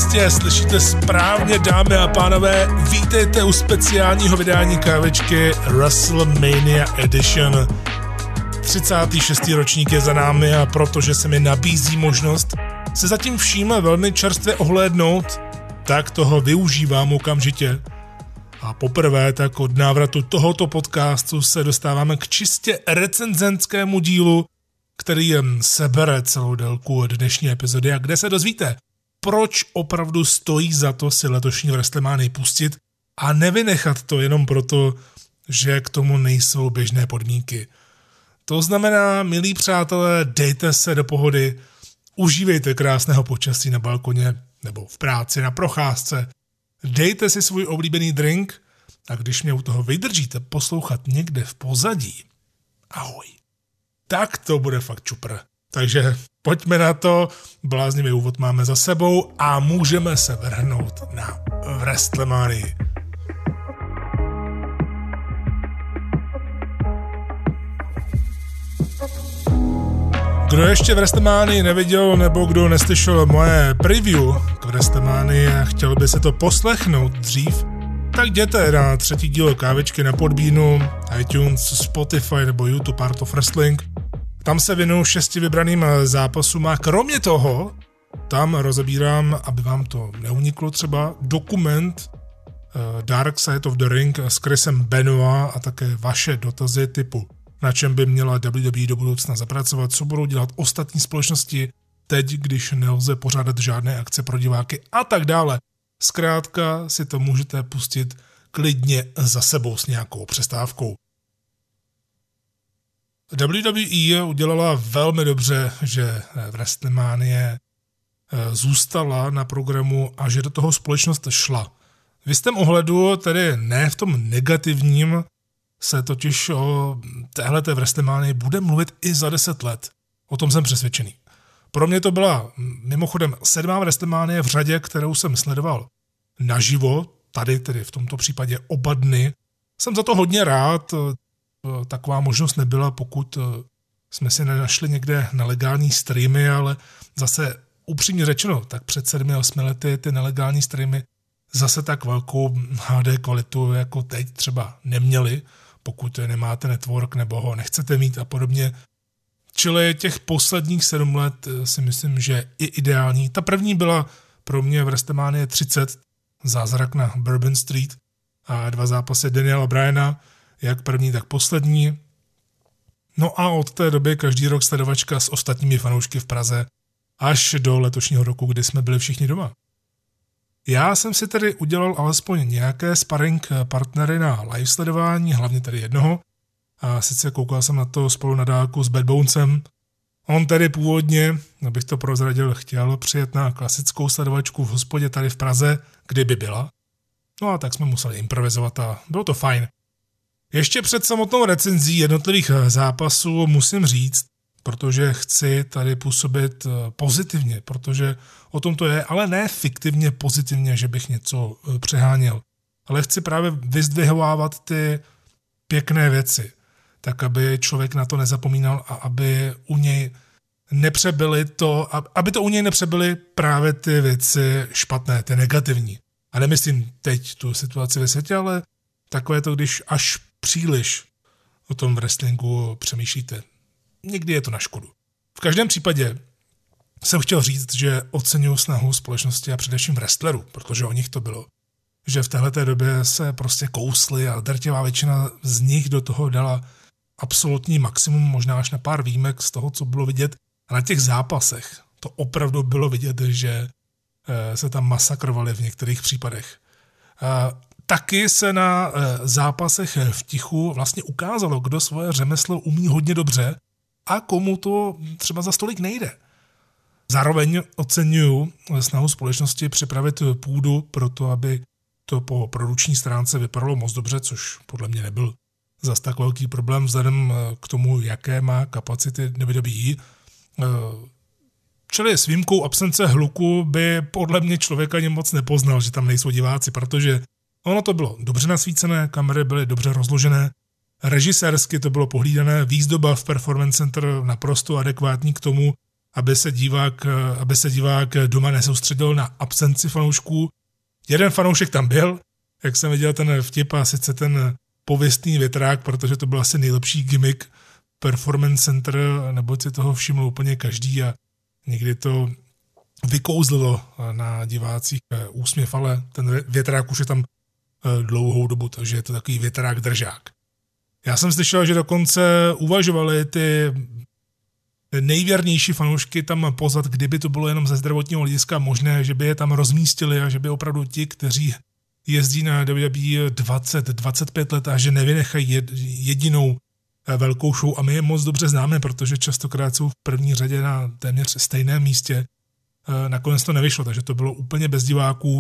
Jistě, slyšíte správně, dámy a pánové, vítejte u speciálního vydání kávečky WrestleMania Edition. 36. ročník je za námi a protože se mi nabízí možnost se zatím vším velmi čerstvě ohlédnout, tak toho využívám okamžitě. A poprvé tak od návratu tohoto podcastu se dostáváme k čistě recenzentskému dílu, který jen sebere celou délku od dnešní epizody a kde se dozvíte, proč opravdu stojí za to si letošní WrestleManii pustit a nevynechat to jenom proto, že k tomu nejsou běžné podmínky. To znamená, milí přátelé, dejte se do pohody, užívejte krásného počasí na balkoně nebo v práci, na procházce, dejte si svůj oblíbený drink a když mě u toho vydržíte poslouchat někde v pozadí, ahoj, tak to bude fakt čupr. Takže pojďme na to, bláznivý úvod máme za sebou a můžeme se vrhnout na WrestleManii. Kdo ještě WrestleManii neviděl nebo kdo neslyšel moje preview k WrestleManii a chtěl by se to poslechnout dřív, tak jděte na třetí díl kávečky na Podbeanu, iTunes, Spotify nebo YouTube Art of Wrestling. Tam se věnuju 6 vybraným zápasům a kromě toho tam rozebírám, aby vám to neuniklo, třeba dokument Dark Side of the Ring s Chrisem Benoit a také vaše dotazy typu na čem by měla WWE do budoucna zapracovat, co budou dělat ostatní společnosti teď, když nelze pořádat žádné akce pro diváky a tak dále. Zkrátka si to můžete pustit klidně za sebou s nějakou přestávkou. WWE udělala velmi dobře, že WrestleMania zůstala na programu a že do toho společnost šla. V jistém ohledu, tedy ne v tom negativním, se totiž o téhleté WrestleManii bude mluvit i za 10 let. O tom jsem přesvědčený. Pro mě to byla mimochodem 7. WrestleMania v řadě, kterou jsem sledoval naživo, tady tedy v tomto případě oba dny. Jsem za to hodně rád, taková možnost nebyla, pokud jsme si nenašli někde nelegální streamy, ale zase upřímně řečeno, tak před 7-8 lety ty nelegální streamy zase tak velkou HD kvalitu jako teď třeba neměli, pokud nemáte network nebo ho nechcete mít a podobně. Čili těch posledních 7 let si myslím, že je ideální. Ta první byla pro mě v WrestleMania 30, zázrak na Bourbon Street a 2 zápasy Daniela Bryana, jak první, tak poslední. No a od té doby každý rok sledovačka s ostatními fanoušky v Praze až do letošního roku, kdy jsme byli všichni doma. Já jsem si tedy udělal alespoň nějaké sparring partnery na live sledování, hlavně tedy jednoho. A sice koukal jsem na to spolu na dálku s Bad Bonesem. On tedy původně, abych to prozradil, chtěl přijet na klasickou sledovačku v hospodě tady v Praze, kdyby byla. No a tak jsme museli improvizovat a bylo to fajn. Ještě před samotnou recenzí jednotlivých zápasů musím říct, protože chci tady působit pozitivně, protože o tom to je, ale ne fiktivně pozitivně, že bych něco přeháněl. Ale chci právě vyzdvihovávat ty pěkné věci, tak aby člověk na to nezapomínal a aby u něj nepřebyly právě ty věci špatné, ty negativní. A nemyslím teď tu situaci ve světě, ale takové to, když až příliš o tom wrestlingu přemýšlíte. Někdy je to na škodu. V každém případě jsem chtěl říct, že oceňuji snahu společnosti a především wrestlerů, protože o nich to bylo, že v téhleté době se prostě kousli a drtivá většina z nich do toho dala absolutní maximum, možná až na pár výjimek z toho, co bylo vidět. A na těch zápasech to opravdu bylo vidět, že se tam masakrovali v některých případech. Taky se na zápasech v tichu vlastně ukázalo, kdo svoje řemeslo umí hodně dobře a komu to třeba za stolik nejde. Zároveň oceňuju snahu společnosti připravit půdu pro to, aby to po produkční stránce vypadalo moc dobře, což podle mě nebyl zas tak velký problém vzhledem k tomu, jaké má kapacity WWE. Čili s výjimkou absence hluku by podle mě člověk ani moc nepoznal, že tam nejsou diváci, protože ono to bylo dobře nasvícené, kamery byly dobře rozložené, režisérsky to bylo pohlídané, výzdoba v Performance Center naprosto adekvátní k tomu, aby se divák doma nesoustředil na absenci fanoušků. Jeden fanoušek tam byl, jak jsem viděl ten vtip, a sice ten pověstný větrák, protože to byl asi nejlepší gimmick Performance Center, neboť si toho všiml úplně každý a někdy to vykouzlilo na divácích úsměv, ale ten větrák už je tam dlouhou dobu, takže je to takový větrák držák. Já jsem slyšel, že dokonce uvažovali ty nejvěrnější fanoušky tam pozvat, kdyby to bylo jenom ze zdravotního hlediska možné, že by je tam rozmístili a že by opravdu ti, kteří jezdí na WWE 20-25 let a že nevynechají jedinou velkou show, a my je moc dobře známe, protože častokrát jsou v první řadě na téměř stejném místě. Nakonec to nevyšlo, takže to bylo úplně bez diváků,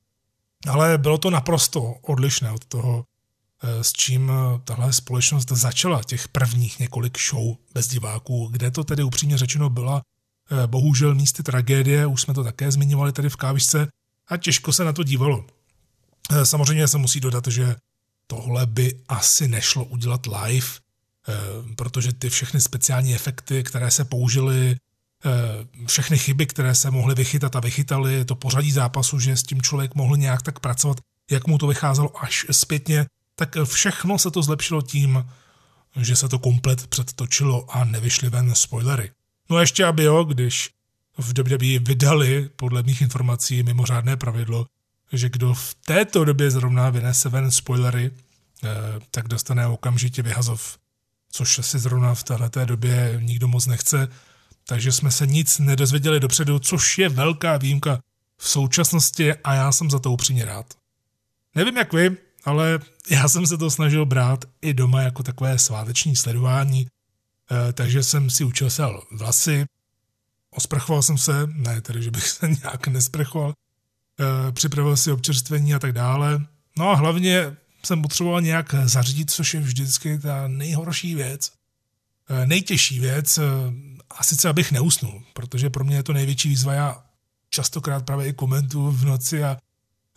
ale bylo to naprosto odlišné od toho, s čím tahle společnost začala těch prvních několik show bez diváků, kde to tedy upřímně řečeno byla bohužel místy tragédie, už jsme to také zmiňovali tady v kávičce a těžko se na to dívalo. Samozřejmě se musí dodat, že tohle by asi nešlo udělat live, protože ty všechny speciální efekty, které se použily, všechny chyby, které se mohly vychytat a vychytaly, to pořadí zápasu, že s tím člověk mohl nějak tak pracovat, jak mu to vycházelo až zpětně, tak všechno se to zlepšilo tím, že se to komplet předtočilo a nevyšly ven spoilery. No a ještě aby když v WWE vydali, podle mých informací, mimořádné pravidlo, že kdo v této době zrovna vynese ven spoilery, tak dostane okamžitě vyhazov, což asi zrovna v téhleté době nikdo moc nechce, takže jsme se nic nedozvěděli dopředu, což je velká výjimka v současnosti a já jsem za to upřímně rád. Nevím jak vy, ale já jsem se to snažil brát i doma jako takové sváteční sledování, takže jsem si učesal vlasy, osprchoval jsem se, ne tedy, že bych se nějak nesprchoval, připravil si občerstvení a tak dále. No a hlavně jsem potřeboval nějak zařídit, což je vždycky ta nejhorší věc, nejtěžší věc, a sice abych neusnul, protože pro mě je to největší výzva. Já častokrát právě i komentuju v noci a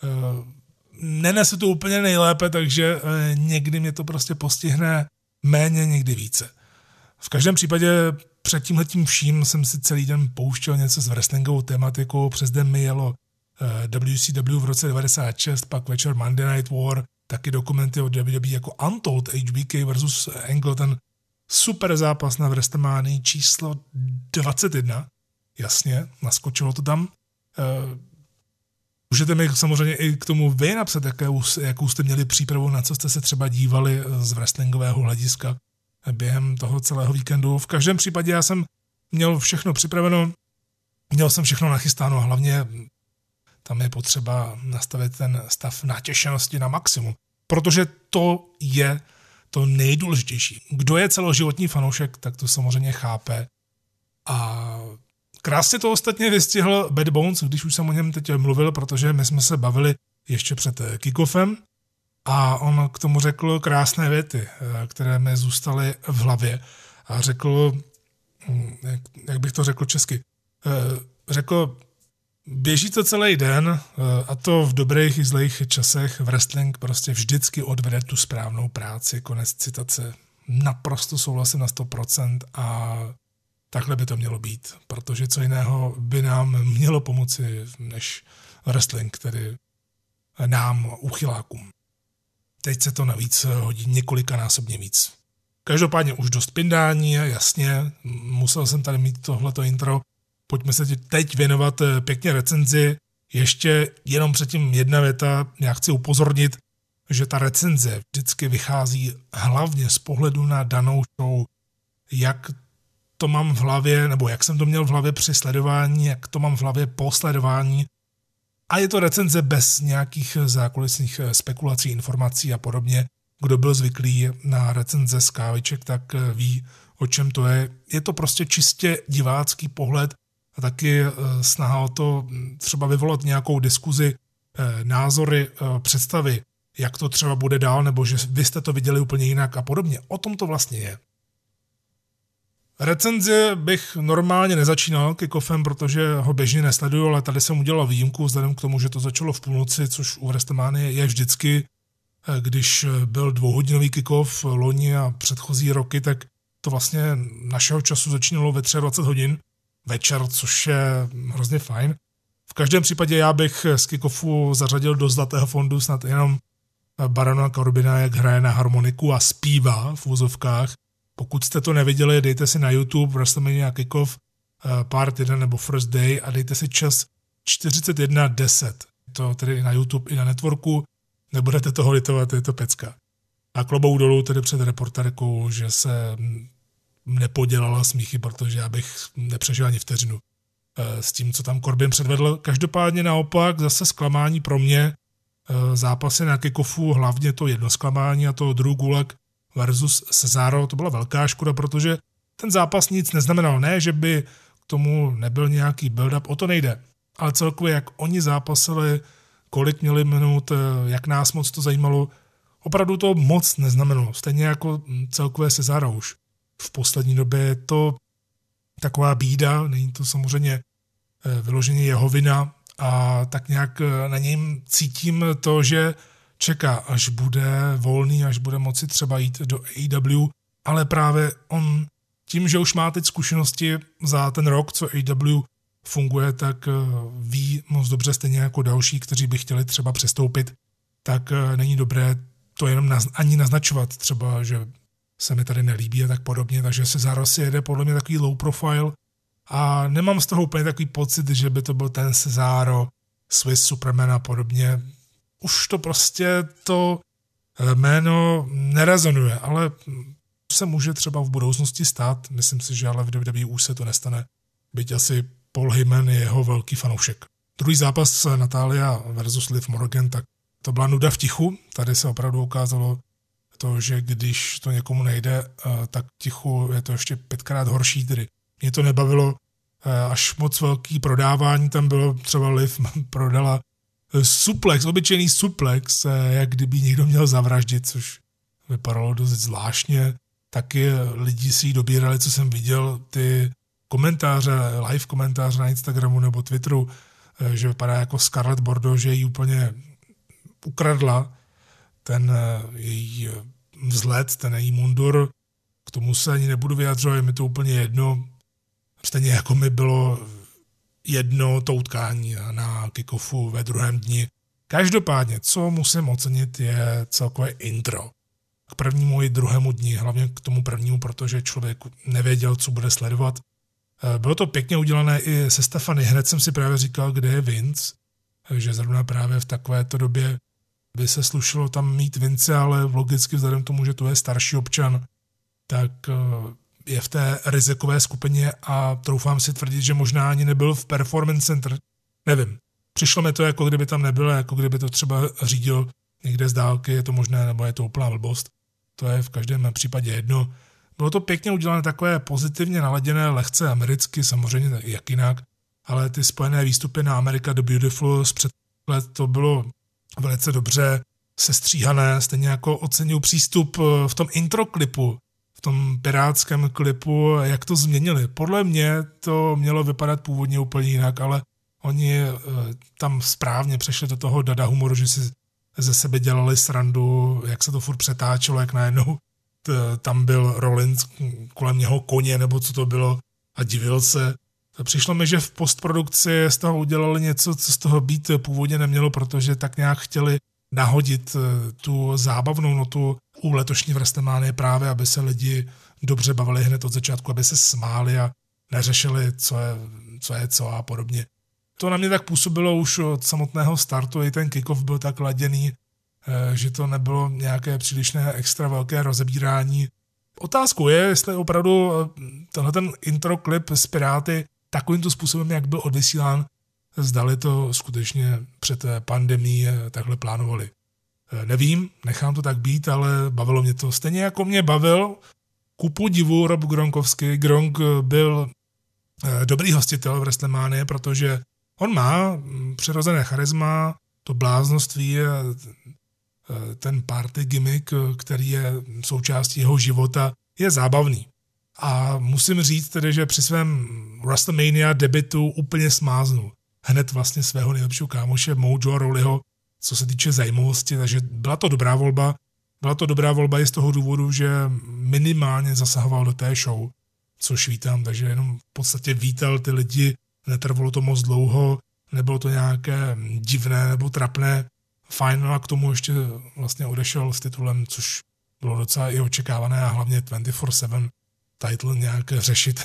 nenesu to úplně nejlépe, takže někdy mě to prostě postihne méně, někdy více. V každém případě před tímhletím vším jsem si celý den pouštěl něco s wrestlingovou tematikou, přes den mi jelo WCW v roce 96, pak večer Monday Night War, taky dokumenty od WWE jako Untold HBK versus Angle, ten super zápas na WrestleMania číslo 21, jasně, naskočilo to tam. Můžete mi samozřejmě i k tomu vy napsat, jakou jste měli přípravu, na co jste se třeba dívali z wrestlingového hlediska během toho celého víkendu. V každém případě já jsem měl všechno připraveno, měl jsem všechno nachystáno a hlavně tam je potřeba nastavit ten stav natěšenosti na maximum, protože to je to nejdůležitější. Kdo je celoživotní fanoušek, tak to samozřejmě chápe. A krásně to ostatně vystihl Bad Bones, když už jsem o něm teď mluvil, protože my jsme se bavili ještě před kickoffem a on k tomu řekl krásné věty, které mi zůstaly v hlavě. A řekl, jak bych to řekl česky, řekl, běží to celý den a to v dobrých i zlých časech. Wrestling prostě vždycky odvede tu správnou práci. Konec citace. Naprosto souhlasím na 100% a takhle by to mělo být, protože co jiného by nám mělo pomoci než wrestling, tedy nám, uchylákům. Teď se to navíc hodí několikanásobně víc. Každopádně už dost pindání, jasně, musel jsem tady mít tohleto intro. Pojďme se teď věnovat pěkně recenzi. Ještě jenom předtím jedna věta. Já chci upozornit, že ta recenze vždycky vychází hlavně z pohledu na danou show, jak to mám v hlavě, nebo jak jsem to měl v hlavě při sledování, jak to mám v hlavě po sledování. A je to recenze bez nějakých zákulisních spekulací, informací a podobně. Kdo byl zvyklý na recenze z káviček, tak ví, o čem to je. Je to prostě čistě divácký pohled a taky snaha o to třeba vyvolat nějakou diskuzi, názory, představy, jak to třeba bude dál, nebo že vy jste to viděli úplně jinak a podobně. O tom to vlastně je. Recenzi bych normálně nezačínal kickoffem, protože ho běžně nesleduju, ale tady jsem udělal výjimku vzhledem k tomu, že to začalo v půlnoci, což u WrestleMania je vždycky, když byl 2hodinový kickoff loni a předchozí roky, tak to vlastně našeho času začínalo ve 23 hodin. večer, což je hrozně fajn. V každém případě já bych z kick-offu zařadil do zlatého fondu snad jenom Barona Corbina, jak hraje na harmoniku a zpívá v úzovkách. Pokud jste to neviděli, dejte si na YouTube WrestleMania Kickoff Part 1 nebo First Day a dejte si čas 41:10. To tedy na YouTube i na networku. Nebudete toho litovat, je to pecka. A klobouk dolů tedy před reportérkou, že se nepodělala smíchy, protože já bych nepřežil ani vteřinu s tím, co tam Corbin předvedl. Každopádně naopak zase zklamání pro mě. Zápasy na kick-offu, hlavně to jedno zklamání a to Drew Gulak versus Cesaro, to byla velká škoda, protože ten zápas nic neznamenal. Ne, že by k tomu nebyl nějaký build-up, o to nejde. Ale celkově, jak oni zápasili, kolik měli minut, jak nás moc to zajímalo, opravdu to moc neznamenalo. Stejně jako celkové Cesaro už. V poslední době je to taková bída, není to samozřejmě vyloženě jeho vina a tak nějak na něm cítím to, že čeká, až bude volný, až bude moci třeba jít do AEW, ale právě on tím, že už má teď zkušenosti za ten rok, co AEW funguje, tak ví moc dobře, stejně jako další, kteří by chtěli třeba přestoupit, tak není dobré to jenom ani naznačovat, třeba, že se mi tady nelíbí a tak podobně, takže Cesaro si jede podle mě takový low profile a nemám z toho úplně takový pocit, že by to byl ten Cesaro, Swiss Superman a podobně. Už to prostě to jméno nerezonuje, ale se může třeba v budoucnosti stát, myslím si, že ale v WWE už se to nestane, byť asi Paul Heyman je jeho velký fanoušek. Druhý zápas Natália versus Liv Morgan, tak to byla nuda v tichu, tady se opravdu ukázalo to, že když to někomu nejde, tak tichu je to ještě 5krát horší, tedy mě to nebavilo, až moc velký prodávání tam bylo, třeba Liv prodala suplex, obyčejný suplex, jak kdyby někdo měl zavraždit, což vypadalo dost zvláštně, taky lidi si ji dobírali, co jsem viděl, ty komentáře, live komentáře na Instagramu nebo Twitteru, že vypadá jako Scarlett Bordeaux, že ji úplně ukradla ten její vzhled, ten její mundur. K tomu se ani nebudu vyjadřovat, je mi to úplně jedno. Stejně jako mi bylo jedno to utkání na kick-offu ve druhém dni. Každopádně, co musím ocenit, je celkové intro. K prvnímu i druhému dni, hlavně k tomu prvnímu, protože člověk nevěděl, co bude sledovat. Bylo to pěkně udělané i se Stefany. Hned jsem si právě říkal, kde je Vince, že zrovna právě v takovéto době by se slušelo tam mít Vince, ale logicky vzhledem k tomu, že to je starší občan, tak je v té rizikové skupině a troufám si tvrdit, že možná ani nebyl v Performance Center. Nevím. Přišlo mi to, jako kdyby tam nebyl, jako kdyby to třeba řídil někde z dálky, je to možné, nebo je to úplná blbost. To je v každém případě jedno. Bylo to pěkně udělané takové pozitivně naladěné, lehce americky, samozřejmě jak jinak, ale ty spojené výstupy na America the Beautiful z před let, to bylo velice dobře sestříhané, stejně jako oceňuji přístup v tom intro klipu, v tom pirátském klipu, jak to změnili. Podle mě to mělo vypadat původně úplně jinak, ale oni tam správně přešli do toho dada humoru, že si ze sebe dělali srandu, jak se to furt přetáčelo, jak najednou tam byl Rollins kolem něho koně, nebo co to bylo, a divil se. Přišlo mi, že v postprodukci z toho udělali něco, co z toho být původně nemělo, protože tak nějak chtěli nahodit tu zábavnou notu u letošní WrestleMania právě, aby se lidi dobře bavili hned od začátku, aby se smáli a neřešili, co je co a podobně. To na mě tak působilo už od samotného startu, i ten kickoff byl tak laděný, že to nebylo nějaké přílišné extra velké rozebírání. Otázkou je, jestli opravdu tenhle ten intro klip z Piráty takovýmto způsobem, jak byl odvysílán, zdali to skutečně před pandemií takhle plánovali. Nevím, nechám to tak být, ale bavilo mě to. Stejně jako mě bavil ku podivu Rob Gronkowski. Gronk byl dobrý hostitel v WrestleMania, protože on má přirozené charisma, to bláznoství, ten party gimmick, který je součástí jeho života, je zábavný. A musím říct tedy, že při svém WrestleMania debutu úplně smáznul. Hned vlastně svého nejlepšího kámoše Mojo Rawleyho, co se týče zajímavosti, takže byla to dobrá volba. Byla to dobrá volba i z toho důvodu, že minimálně zasahoval do té show. což vítám, takže jenom v podstatě vítal ty lidi, netrvalo to moc dlouho, nebylo to nějaké divné nebo trapné, fajn, no a k tomu ještě vlastně odešel s titulem, což bylo docela i očekávané a hlavně 24/7 title nějak řešit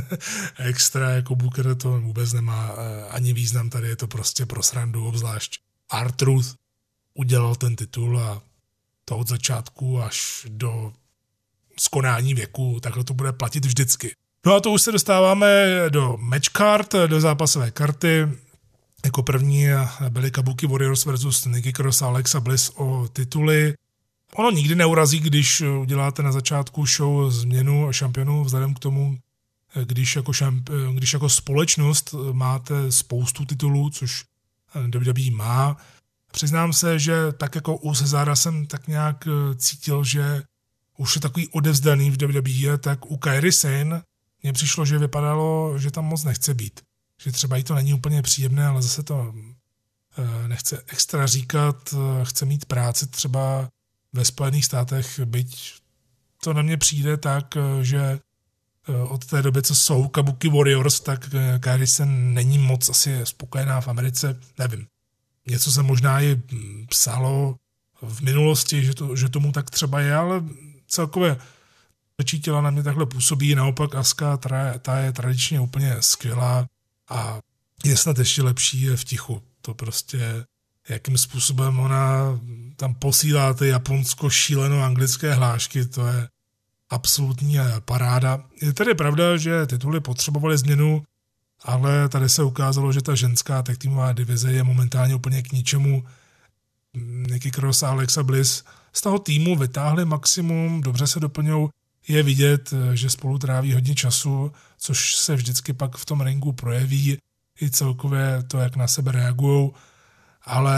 extra jako Booker, to vůbec nemá ani význam, tady je to prostě pro srandu, obzvlášť R-Truth udělal ten titul a to od začátku až do skonání věku, takhle to bude platit vždycky. No a to už se dostáváme do match card, do zápasové karty. Jako první byly Kabuki Warriors versus Nikki Cross a Alexa Bliss o tituly. Ono nikdy neurazí, když uděláte na začátku show změnu šampionů, vzhledem k tomu, když jako společnost máte spoustu titulů, což WWE má. Přiznám se, že tak jako u Cezára jsem tak nějak cítil, že už je takový odevzdaný v WWE, tak u Kairi Sane mně přišlo, že vypadalo, že tam moc nechce být. Že třeba jí to není úplně příjemné, ale zase to nechce extra říkat, chce mít práci třeba ve Spojených státech, byť to na mě přijde tak, že od té doby, co jsou Kabuki Warriors, tak Kairi Sane není moc asi spokojená v Americe, nevím. Něco se možná i psalo v minulosti, že tomu tak třeba je, ale celkově těla na mě takhle působí, naopak Asuka, ta je tradičně úplně skvělá a je snad ještě lepší v tichu. To prostě, jakým způsobem ona tam posílá ty japonsko šíleno anglické hlášky, to je absolutní paráda. Je tedy pravda, že tituly potřebovaly změnu, ale tady se ukázalo, že ta ženská tag teamová divize je momentálně úplně k ničemu. Nikki Cross a Alexa Bliss z toho týmu vytáhli maximum, dobře se doplňují, je vidět, že spolu tráví hodně času, což se vždycky pak v tom ringu projeví, i celkově to, jak na sebe reagujou. Ale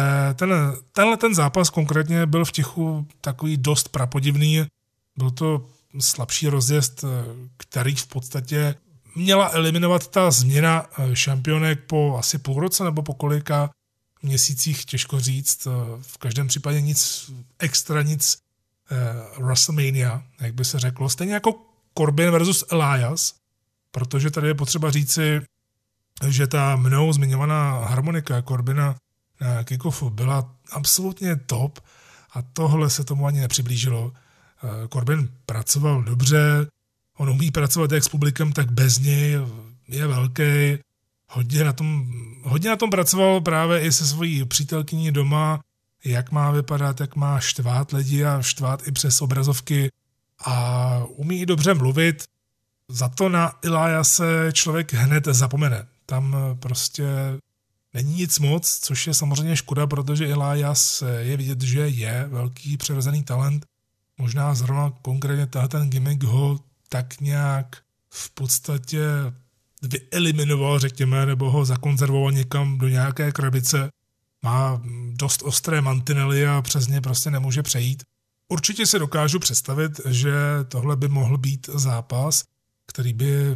ten zápas konkrétně byl v tichu takový dost prapodivný. Byl to slabší rozjezd, který v podstatě měla eliminovat ta změna šampionek po asi půl roce nebo po kolika měsících, těžko říct. V každém případě nic extra, nic WrestleMania, jak by se řeklo. Stejně jako Corbin versus Elias, protože tady je potřeba říci, že ta mnou zmiňovaná harmonika Corbina na kickoffu byla absolutně top a tohle se tomu ani nepřiblížilo. Corbin pracoval dobře, on umí pracovat jak s publikem, tak bez něj, je velký, hodně na tom pracoval právě i se svojí přítelkyní doma, jak má vypadat, jak má štvát lidi a štvát i přes obrazovky a umí i dobře mluvit. Za to na Eliase se člověk hned zapomene. Tam prostě není nic moc, což je samozřejmě škoda, protože Elias je vidět, že je velký přirozený talent. Možná zrovna konkrétně ten gimmick ho tak nějak v podstatě vyeliminoval, řekněme, nebo ho zakonzervoval někam do nějaké krabice. Má dost ostré mantinely a přes ně prostě nemůže přejít. Určitě si dokážu představit, že tohle by mohl být zápas, který by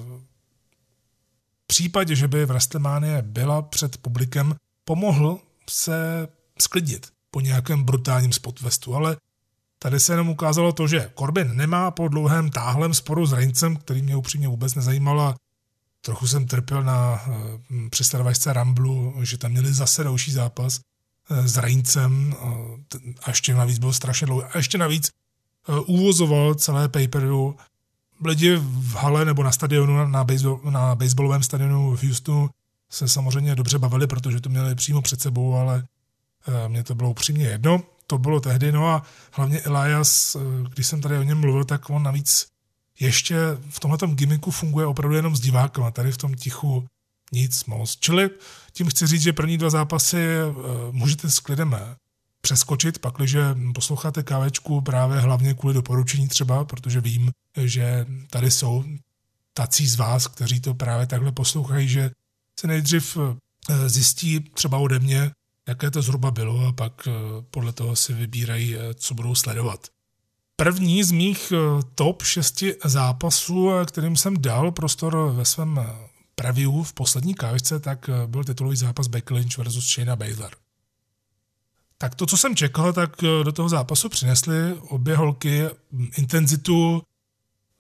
v případě, že by WrestleMania byla před publikem, pomohl se sklidnit po nějakém brutálním spotfestu, ale tady se jenom ukázalo to, že Corbin nemá po dlouhém táhlém sporu s Reincem, který mě upřímně vůbec nezajímal a trochu jsem trpěl na přestavovačce Ramblu, že tam měli zase další zápas s Reincem a ještě navíc byl strašně dlouhý. A ještě navíc uvozoval celé pay-per-view. Lidi v hale nebo na stadionu, na baseballovém stadionu v Houstonu se samozřejmě dobře bavili, protože to měli přímo před sebou, ale mně to bylo upřímně jedno. To bylo tehdy, no a hlavně Elias, když jsem tady o něm mluvil, tak on navíc ještě v tomhletom gimmicku funguje opravdu jenom s divákem a tady v tom tichu nic moc. Čili tím chci říct, že první dva zápasy můžete s klidem přeskočit, pakliže posloucháte kávečku právě hlavně kvůli doporučení třeba, protože vím, že tady jsou tací z vás, kteří to právě takhle poslouchají, že se nejdřív zjistí třeba ode mě, jaké to zhruba bylo a pak podle toho si vybírají, co budou sledovat. První z mých top 6 zápasů, kterým jsem dal prostor ve svém preview v poslední kávečce, tak byl titulový zápas Becky Lynch versus Shayna Baszler. Tak to, co jsem čekal, tak do toho zápasu přinesly obě holky intenzitu,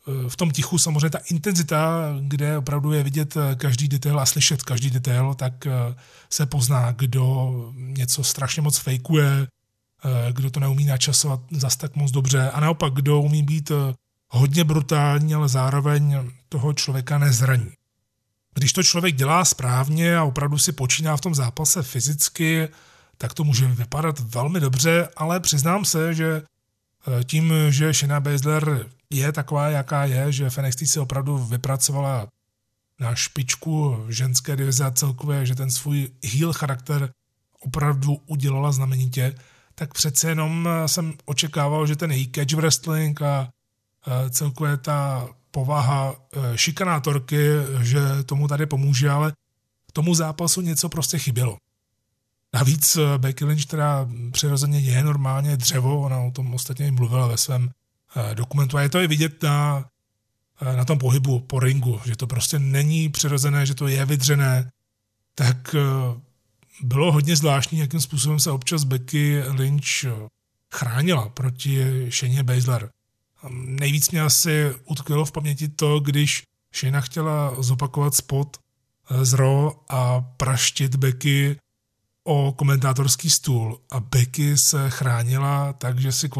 v tom tichu samozřejmě ta intenzita, kde opravdu je vidět každý detail a slyšet každý detail, tak se pozná, kdo něco strašně moc fejkuje, kdo to neumí načasovat zas tak moc dobře a naopak, kdo umí být hodně brutální, ale zároveň toho člověka nezraní. Když to člověk dělá správně a opravdu si počíná v tom zápase fyzicky, tak to může vypadat velmi dobře, ale přiznám se, že tím, že Shayna Baszler je taková, jaká je, že v NXT se opravdu vypracovala na špičku ženské divize a celkově, že ten svůj heel charakter opravdu udělala znamenitě, tak přece jenom jsem očekával, že ten její catch wrestling a celkově ta povaha šikanátorky, že tomu tady pomůže, ale tomu zápasu něco prostě chybělo. Navíc Becky Lynch, která přirozeně je normálně dřevo, ona o tom ostatně mluvila ve svém dokumentu a je to i vidět na tom pohybu po ringu, že to prostě není přirozené, že to je vydřené, tak bylo hodně zvláštní, jakým způsobem se občas Becky Lynch chránila proti Shayně Baszler. Nejvíc mě asi utkvělo v paměti to, když Shayna chtěla zopakovat spot z Raw a praštit Becky o komentátorský stůl a Becky se chránila tak, že si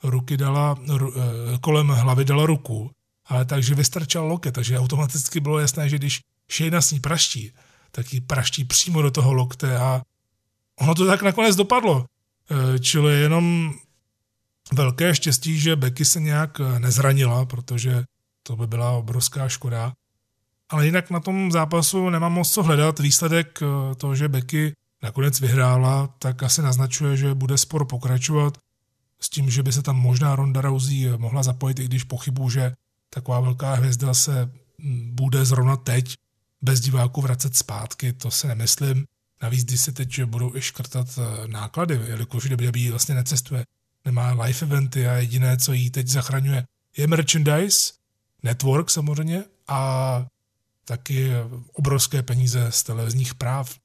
kolem hlavy dala ruku, ale takže vystrčal loket, takže automaticky bylo jasné, že když Shayna s ní praští, tak ji praští přímo do toho lokte a ono to tak nakonec dopadlo. Čili jenom velké štěstí, že Becky se nějak nezranila, protože to by byla obrovská škoda. Ale jinak na tom zápasu nemám moc co hledat. Výsledek toho, že Becky nakonec vyhrála, tak asi naznačuje, že bude spor pokračovat s tím, že by se tam možná Ronda Rousey mohla zapojit, i když pochybuji, že taková velká hvězda se bude zrovna teď bez diváků vracet zpátky, to si nemyslím. Navíc, když se teď budou i škrtat náklady, jelikož WWE vlastně necestuje, nemá live eventy a jediné, co jí teď zachraňuje, je merchandise, network samozřejmě a taky obrovské peníze z televizních práv.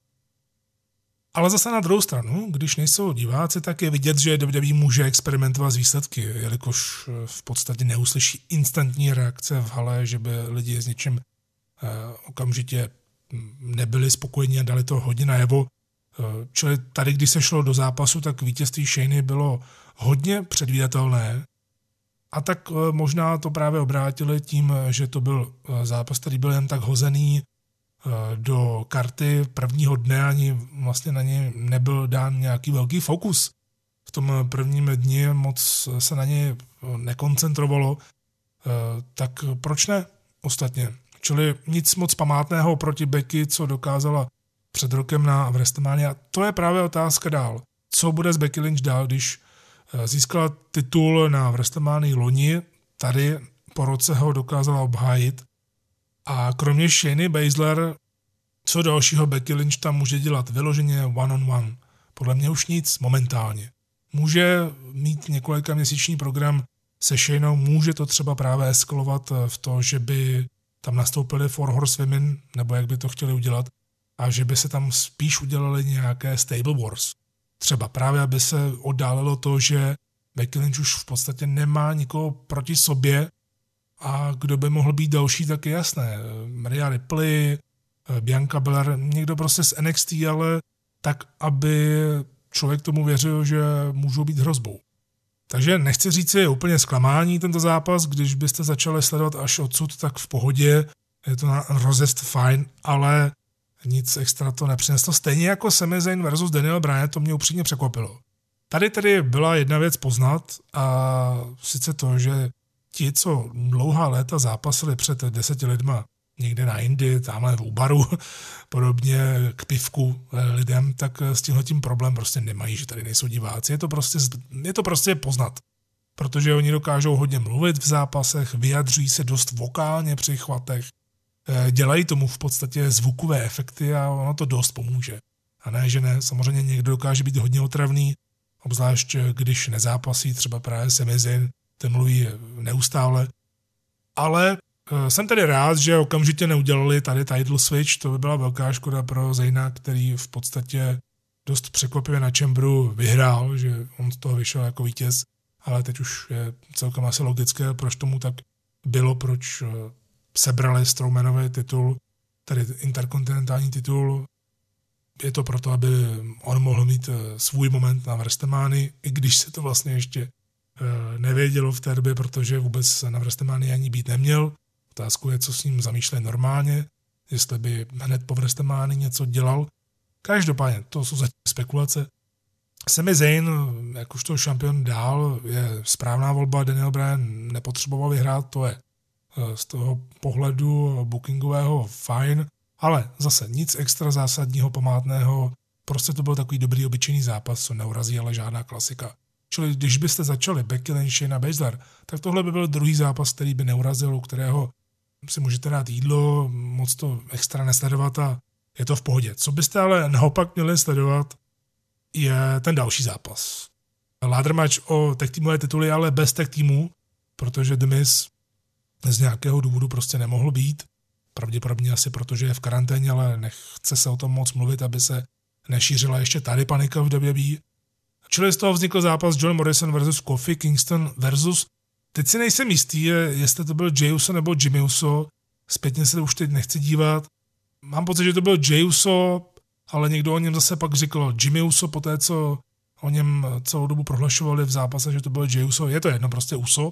Ale zase na druhou stranu, když nejsou diváci, tak je vidět, že WWE může experimentovat s výsledky, jelikož v podstatě neuslyší instantní reakce v hale, že by lidi s něčím okamžitě nebyli spokojení a dali to hodně najevo. Čili tady, když se šlo do zápasu, tak vítězství Shayny bylo hodně předvídatelné a tak možná to právě obrátili tím, že to byl zápas, který byl jen tak hozený do karty prvního dne, ani vlastně na něj nebyl dán nějaký velký fokus. V tom prvním dni moc se na něj nekoncentrovalo, tak proč ne ostatně? Čili nic moc památného proti Becky, co dokázala před rokem na WrestleMania. To je právě otázka dál. Co bude s Becky Lynch dál, když získala titul na WrestleMania loni, tady po roce ho dokázala obhájit. A kromě Shayny Baszler, co dalšího Becky Lynch tam může dělat? Vyloženě one-on-one. Podle mě už nic momentálně. Může mít několika měsíční program se Shaynou, může to třeba právě eskalovat v to, že by tam nastoupili Four Horsewomen, nebo jak by to chtěli udělat, a že by se tam spíš udělali nějaké stable wars. Třeba právě, aby se oddálilo to, že Becky Lynch už v podstatě nemá nikoho proti sobě a kdo by mohl být další, tak je jasné. Rhea Ripley, Bianca Belair, někdo prostě z NXT, ale tak, aby člověk tomu věřil, že můžou být hrozbou. Takže nechci říct, že je úplně zklamání tento zápas, když byste začali sledovat až odsud, tak v pohodě, je to na rozjezd fajn, ale nic extra to nepřineslo. Stejně jako Sami Zayn versus Daniel Bryan, to mě upřímně překvapilo. Tady tedy byla jedna věc poznat a sice to, že ti, co dlouhá léta zápasili před 10 lidma někde na Indii, tamhle v baru, podobně k pivku lidem, tak s tímhletím problém prostě nemají, že tady nejsou diváci. Je to prostě poznat, protože oni dokážou hodně mluvit v zápasech, vyjadřují se dost vokálně při chvatech, dělají tomu v podstatě zvukové efekty a ono to dost pomůže. A ne, že ne, samozřejmě někdo dokáže být hodně otravný, obzvlášť když nezápasí, třeba právě Sami Zayn, ten mluví neustále. Ale jsem tedy rád, že okamžitě neudělali tady title switch, to by byla velká škoda pro Zayna, který v podstatě dost překvapivě na Chamberu vyhrál, že on z toho vyšel jako vítěz, ale teď už je celkem asi logické, proč tomu tak bylo, proč sebrali Strowmanovi titul, tedy interkontinentální titul. Je to proto, aby on mohl mít svůj moment na WrestleManii, i když se to vlastně ještě nevědělo v té době, protože vůbec na WrestleManii ani být neměl. Otázkou je, co s ním zamýšleli normálně, jestli by hned po WrestleManii něco dělal. Každopádně, to jsou zatím spekulace. Sami Zayn, jakožto šampion dál, je správná volba. Daniel Bryan nepotřeboval vyhrát, to je z toho pohledu bookingového fajn, ale zase nic extra zásadního, památného, prostě to byl takový dobrý obyčejný zápas, co neurazí, ale žádná klasika. Čili když byste začali Becky Lynch, Shayna Baszler, tak tohle by byl druhý zápas, který by neurazil, u kterého si můžete dát jídlo, moc to extra nesledovat a je to v pohodě. Co byste ale naopak měli sledovat, je ten další zápas. Ladder match o tag teamové tituly, ale bez tag teamu, protože The Miz z nějakého důvodu prostě nemohl být. Pravděpodobně asi protože je v karanténě, ale nechce se o tom moc mluvit, aby se nešířila ještě tady panika v WWE. Čili z toho vznikl zápas John Morrison versus Kofi Kingston versus, teď si nejsem jistý, jestli to byl Jey Uso nebo Jimmy Uso, zpětně se už teď nechci dívat. Mám pocit, že to byl Jey Uso, ale někdo o něm zase pak říkal Jimmy Uso, poté co o něm celou dobu prohlašovali v zápase, že to byl Jey Uso, je to jedno, prostě Uso.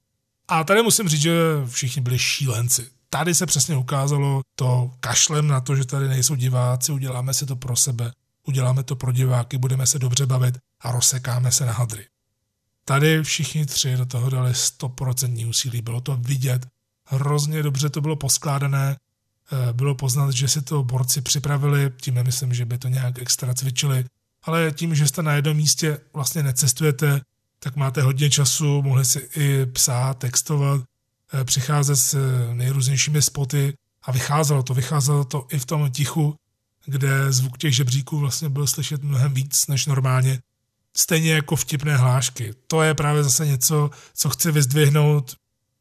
A tady musím říct, že všichni byli šílenci. Tady se přesně ukázalo to kašlem na to, že tady nejsou diváci, uděláme si to pro sebe, uděláme to pro diváky, budeme se dobře bavit a rozsekáme se na hadry. Tady všichni tři do toho dali 100% úsilí, bylo to vidět, hrozně dobře to bylo poskládané, bylo poznat, že si to borci připravili, tím nemyslím, že by to nějak extra cvičili, ale tím, že jste na jednom místě vlastně necestujete, tak máte hodně času, mohli si i psát, textovat, přicházet s nejrůznějšími spoty a vycházelo to i v tom tichu, kde zvuk těch žebříků vlastně byl slyšet mnohem víc než normálně. Stejně jako vtipné hlášky. To je právě zase něco, co chci vyzdvihnout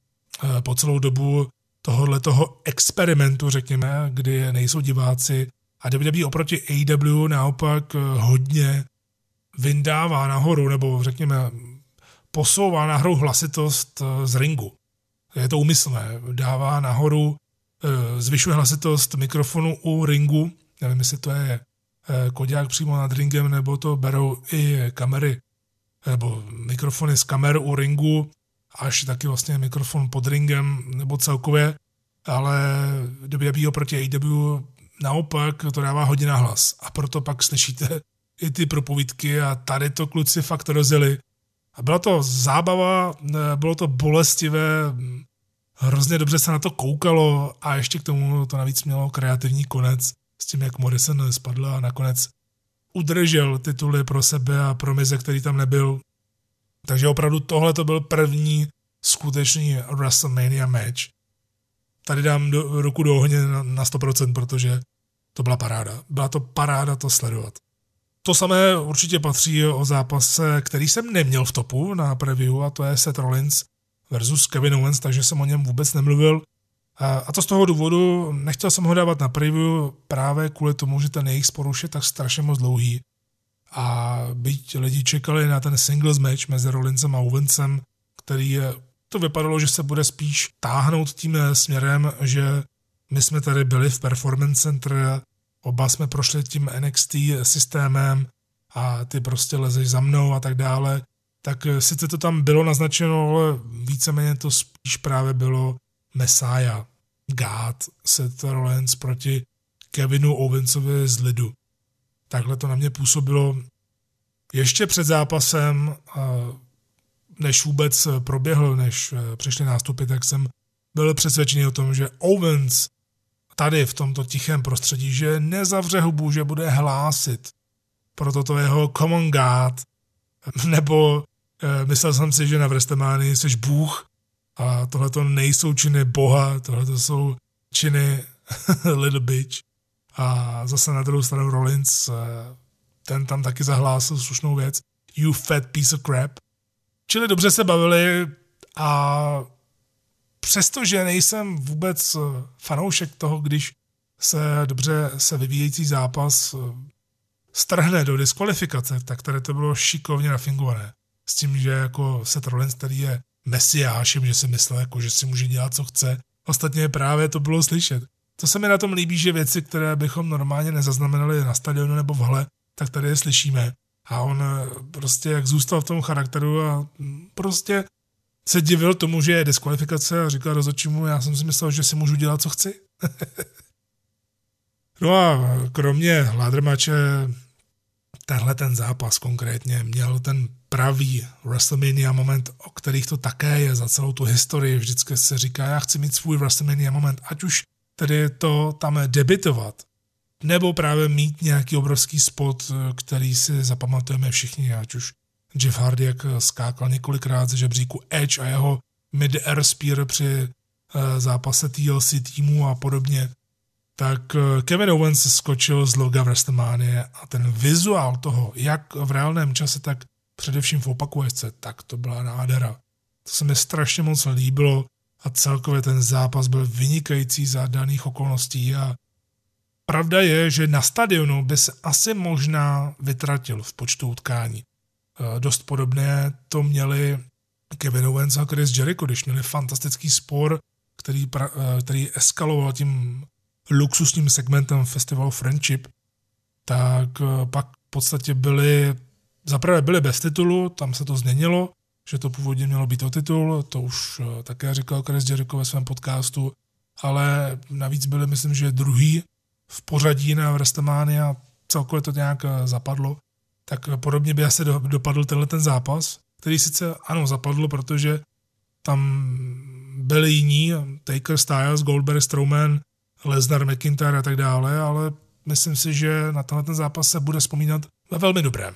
po celou dobu tohoto experimentu, řekněme, kdy nejsou diváci a WWE oproti AEW naopak hodně vyndává nahoru, nebo řekněme posouvá nahoru hlasitost z ringu. Je to úmyslné. Dává nahoru, zvyšuje hlasitost mikrofonu u ringu. Nevím, jestli to je koďák přímo nad ringem, nebo to berou i kamery, nebo mikrofony z kamer u ringu, až taky vlastně mikrofon pod ringem, nebo celkově, ale WWE oproti AEW naopak to dává hodně na hlas. A proto pak slyšíte i ty propovídky a tady to kluci fakt rozjeli. A byla to zábava, bylo to bolestivé, hrozně dobře se na to koukalo a ještě k tomu to navíc mělo kreativní konec s tím, jak Morrison spadl a nakonec udržel tituly pro sebe a pro Mize, který tam nebyl. Takže opravdu tohle to byl první skutečný WrestleMania match. Tady dám ruku do ohně na 100%, protože to byla paráda. Byla to paráda to sledovat. To samé určitě patří o zápase, který jsem neměl v topu na preview, a to je Seth Rollins versus Kevin Owens, takže jsem o něm vůbec nemluvil. A to z toho důvodu, nechtěl jsem ho dávat na preview právě kvůli tomu, že ten jejich spor už je tak strašně moc dlouhý. A byť lidi čekali na ten singles match mezi Rollinsem a Owensem, který to vypadalo, že se bude spíš táhnout tím směrem, že my jsme tady byli v Performance Center, oba jsme prošli tím NXT systémem a ty prostě lezeš za mnou a tak dále, tak sice to tam bylo naznačeno, ale víceméně to spíš právě bylo Messiah, God, Seth Rollins proti Kevinu Owensovi z lidu. Takhle to na mě působilo ještě před zápasem, než vůbec proběhl, než přišly nástupy, tak jsem byl přesvědčený o tom, že Owens tady v tomto tichém prostředí, že nezavře hubu, že bude hlásit pro toto jeho Common God, nebo myslel jsem si, že na WrestleManii jsi Bůh a tohleto nejsou činy Boha, tohleto jsou činy Little Bitch. A zase na druhou stranu Rollins, ten tam taky zahlásil slušnou věc, you fat piece of crap. Čili dobře se bavili a přestože nejsem vůbec fanoušek toho, když se vyvíjející zápas strhne do diskvalifikace, tak tady to bylo šikovně nafingované. S tím, že jako Seth Rollins, který je mesiášem, že si myslel, jako, že si může dělat, co chce. Ostatně právě to bylo slyšet. To se mi na tom líbí, že věci, které bychom normálně nezaznamenali na stadionu nebo v hale, tak tady je slyšíme. A on prostě jak zůstal v tom charakteru a prostě se divil tomu, že je diskvalifikace a říkal rozhodčímu, já jsem si myslel, že si můžu dělat, co chci. No a kromě ladrmače tenhle ten zápas konkrétně měl ten pravý WrestleMania moment, o kterých to také je za celou tu historii. Vždycky se říká, já chci mít svůj WrestleMania moment, ať už tedy to tam debitovat, nebo právě mít nějaký obrovský spot, který si zapamatujeme všichni, ať už Jeff Hardy, jak skákal několikrát ze žebříku Edge a jeho mid-air spear při zápase TLC týmu a podobně, tak Kevin Owens skočil z loga WrestleMania a ten vizuál toho, jak v reálném čase, tak především v opakujícce, tak to byla nádhera. To se mi strašně moc líbilo a celkově ten zápas byl vynikající za daných okolností a pravda je, že na stadionu by se asi možná vytratil v počtu utkání. Dost podobné to měli Kevin Owens a Chris Jericho, když měli fantastický spor, který eskaloval tím luxusním segmentem festivalu Friendship, tak pak v podstatě zaprvé byli bez titulu, tam se to změnilo, že to původně mělo být o titul, to už také říkal Chris Jericho ve svém podcastu, ale navíc byli, myslím, že druhý v pořadí na WrestleMania a celkově to nějak zapadlo, tak podobně by asi dopadl tenhle ten zápas, který sice ano zapadl, protože tam byli jiní, Taker, Styles, Goldberg, Strowman, Lesnar, McIntyre a tak dále, ale myslím si, že na tenhle ten zápas se bude vzpomínat ve velmi dobrém.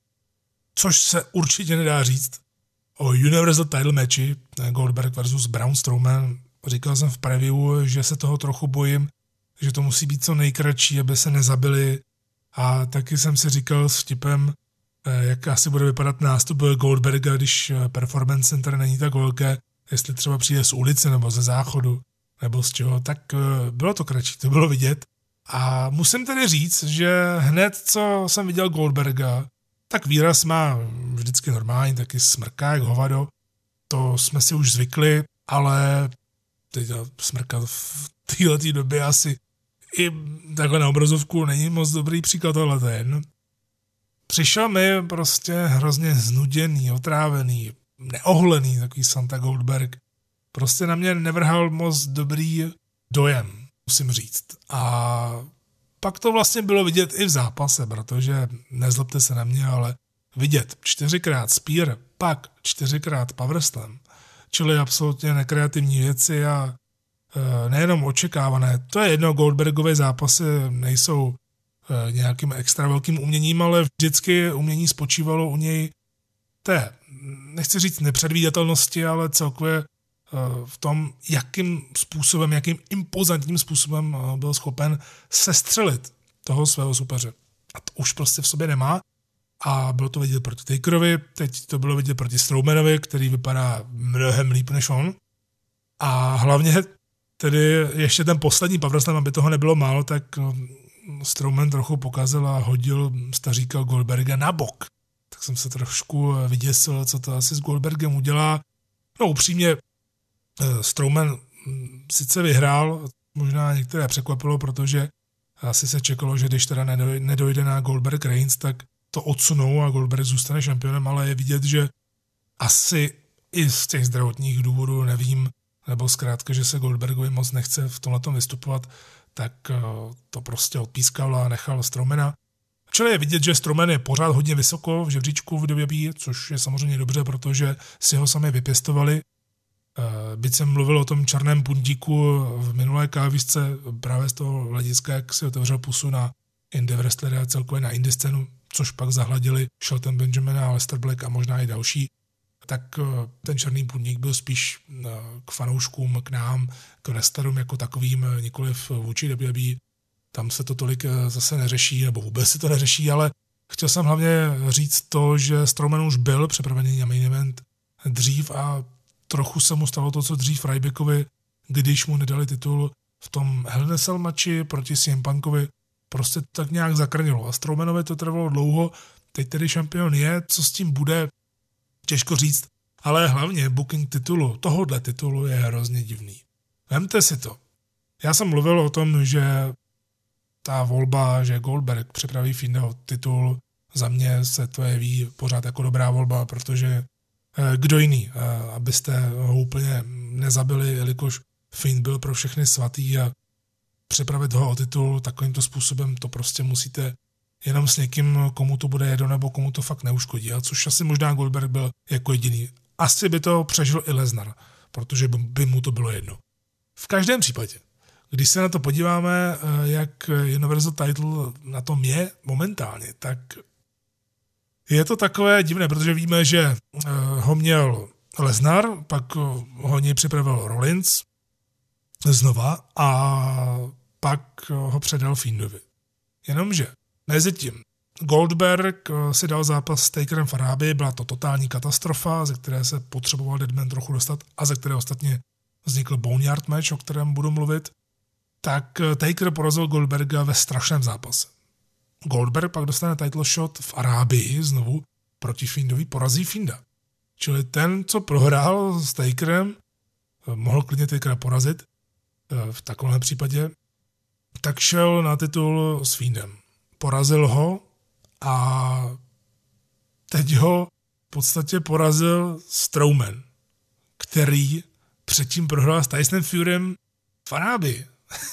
Což se určitě nedá říct o Universal Title matchi Goldberg versus Braun Strowman. Říkal jsem v preview, že se toho trochu bojím, že to musí být co nejkratší, aby se nezabili a taky jsem si říkal s vtipem, jak asi bude vypadat nástup Goldberga, když Performance Center není tak velké, jestli třeba přijde z ulice nebo ze záchodu nebo z čeho, tak bylo to kratší, to bylo vidět. A musím tedy říct, že hned, co jsem viděl Goldberga, tak výraz má vždycky normální, taky smrká jak hovado, to jsme si už zvykli, ale teď smrkat v této době asi i takhle na obrazovku není moc dobrý příklad, ale ten. Přišel mi prostě hrozně znuděný, otrávený, neohlený takový Santa Goldberg. Prostě na mě nevrhal moc dobrý dojem, musím říct. A pak to vlastně bylo vidět i v zápase, protože nezlobte se na mě, ale vidět 4x spear, pak 4x powerslam, čili absolutně nekreativní věci a nejenom očekávané. To je jedno, Goldbergové zápasy nejsou nějakým extra velkým uměním, ale vždycky umění spočívalo u něj nechci říct nepředvídatelnosti, ale celkově v tom, jakým impozantním způsobem byl schopen sestřelit toho svého soupeře. A to už prostě v sobě nemá. A bylo to vidět proti Takerovi, teď to bylo vidět proti Strowmanovi, který vypadá mnohem líp než on. A hlavně tedy ještě ten poslední powerslam, aby toho nebylo málo, tak Strowman trochu pokazil a hodil staříka Goldberga na bok. Tak jsem se trošku vyděsil, co to asi s Goldbergem udělá. No upřímně, Strowman sice vyhrál, možná některé překvapilo, protože asi se čekalo, že když teda nedojde na Goldberg Reigns, tak to odsunou a Goldberg zůstane šampionem, ale je vidět, že asi i z těch zdravotních důvodů, nevím, nebo zkrátka, že se Goldbergovi moc nechce v tomhletom vystupovat, tak to prostě odpískal a nechal Strowmana. Čili je vidět, že Strowman je pořád hodně vysoko v žebříčku v WWE, což je samozřejmě dobře, protože si ho sami vypěstovali. Byť jsem mluvil o tom černém pundíku v minulé kávisce právě z toho hlediska, jak si otevřel pusu na indie wrestlery a celkově na indie scénu, což pak zahladili Shelton Benjamin a Aleister Black a možná i další, tak ten černý pundík byl spíš k fanouškům, k nám, k wrestlerům jako takovým, nikoliv vůči WWE. Tam se to tolik zase neřeší, nebo vůbec se to neřeší, ale chtěl jsem hlavně říct to, že Strowman už byl připravený na main event dřív a trochu se mu stalo to, co dřív Rybackovi, když mu nedali titul v tom Hell in a Cell matchi proti CM Punkovi, prostě tak nějak zakrnilo. A Strowmanovi to trvalo dlouho, teď tedy šampion je, co s tím bude, těžko říct, Ale hlavně booking titulu, tohohle titulu je hrozně divný. Vemte si to. Já jsem mluvil o tom, že ta volba, že Goldberg připraví Fiendov titul, za mě se to jeví pořád jako dobrá volba, protože kdo jiný, abyste ho úplně nezabili, jelikož Fiend byl pro všechny svatý a připravit ho o titul takovýmto způsobem, to prostě musíte jenom s někým, komu to bude jedno nebo komu to fakt neuškodí. A což asi možná Goldberg byl jako jediný. Asi by to přežil i Lesnar, protože by mu to bylo jedno. V každém případě, když se na to podíváme, jak Universal Title na tom je momentálně, tak je to takové divné, protože víme, že ho měl Lesnar, pak ho něj připravil Rollins znova a pak ho předal Fiendovi. Jenomže mezi tím Goldberg si dal zápas s Takerem v Arábii, byla to totální katastrofa, ze které se potřeboval Deadman trochu dostat a ze které ostatně vznikl Boneyard match, o kterém budu mluvit, tak Taker porazil Goldberga ve strašném zápase. Goldberg pak dostane title shot v Arábii znovu proti Fiendovi, porazí Fienda. Čili ten, co prohrál s Takerem, mohl klidně Takera porazit v takovém případě, tak šel na titul s Fiendem. Porazil ho a teď ho v podstatě porazil Strowman, který předtím prohrál s Tysonem Furym v Arábii.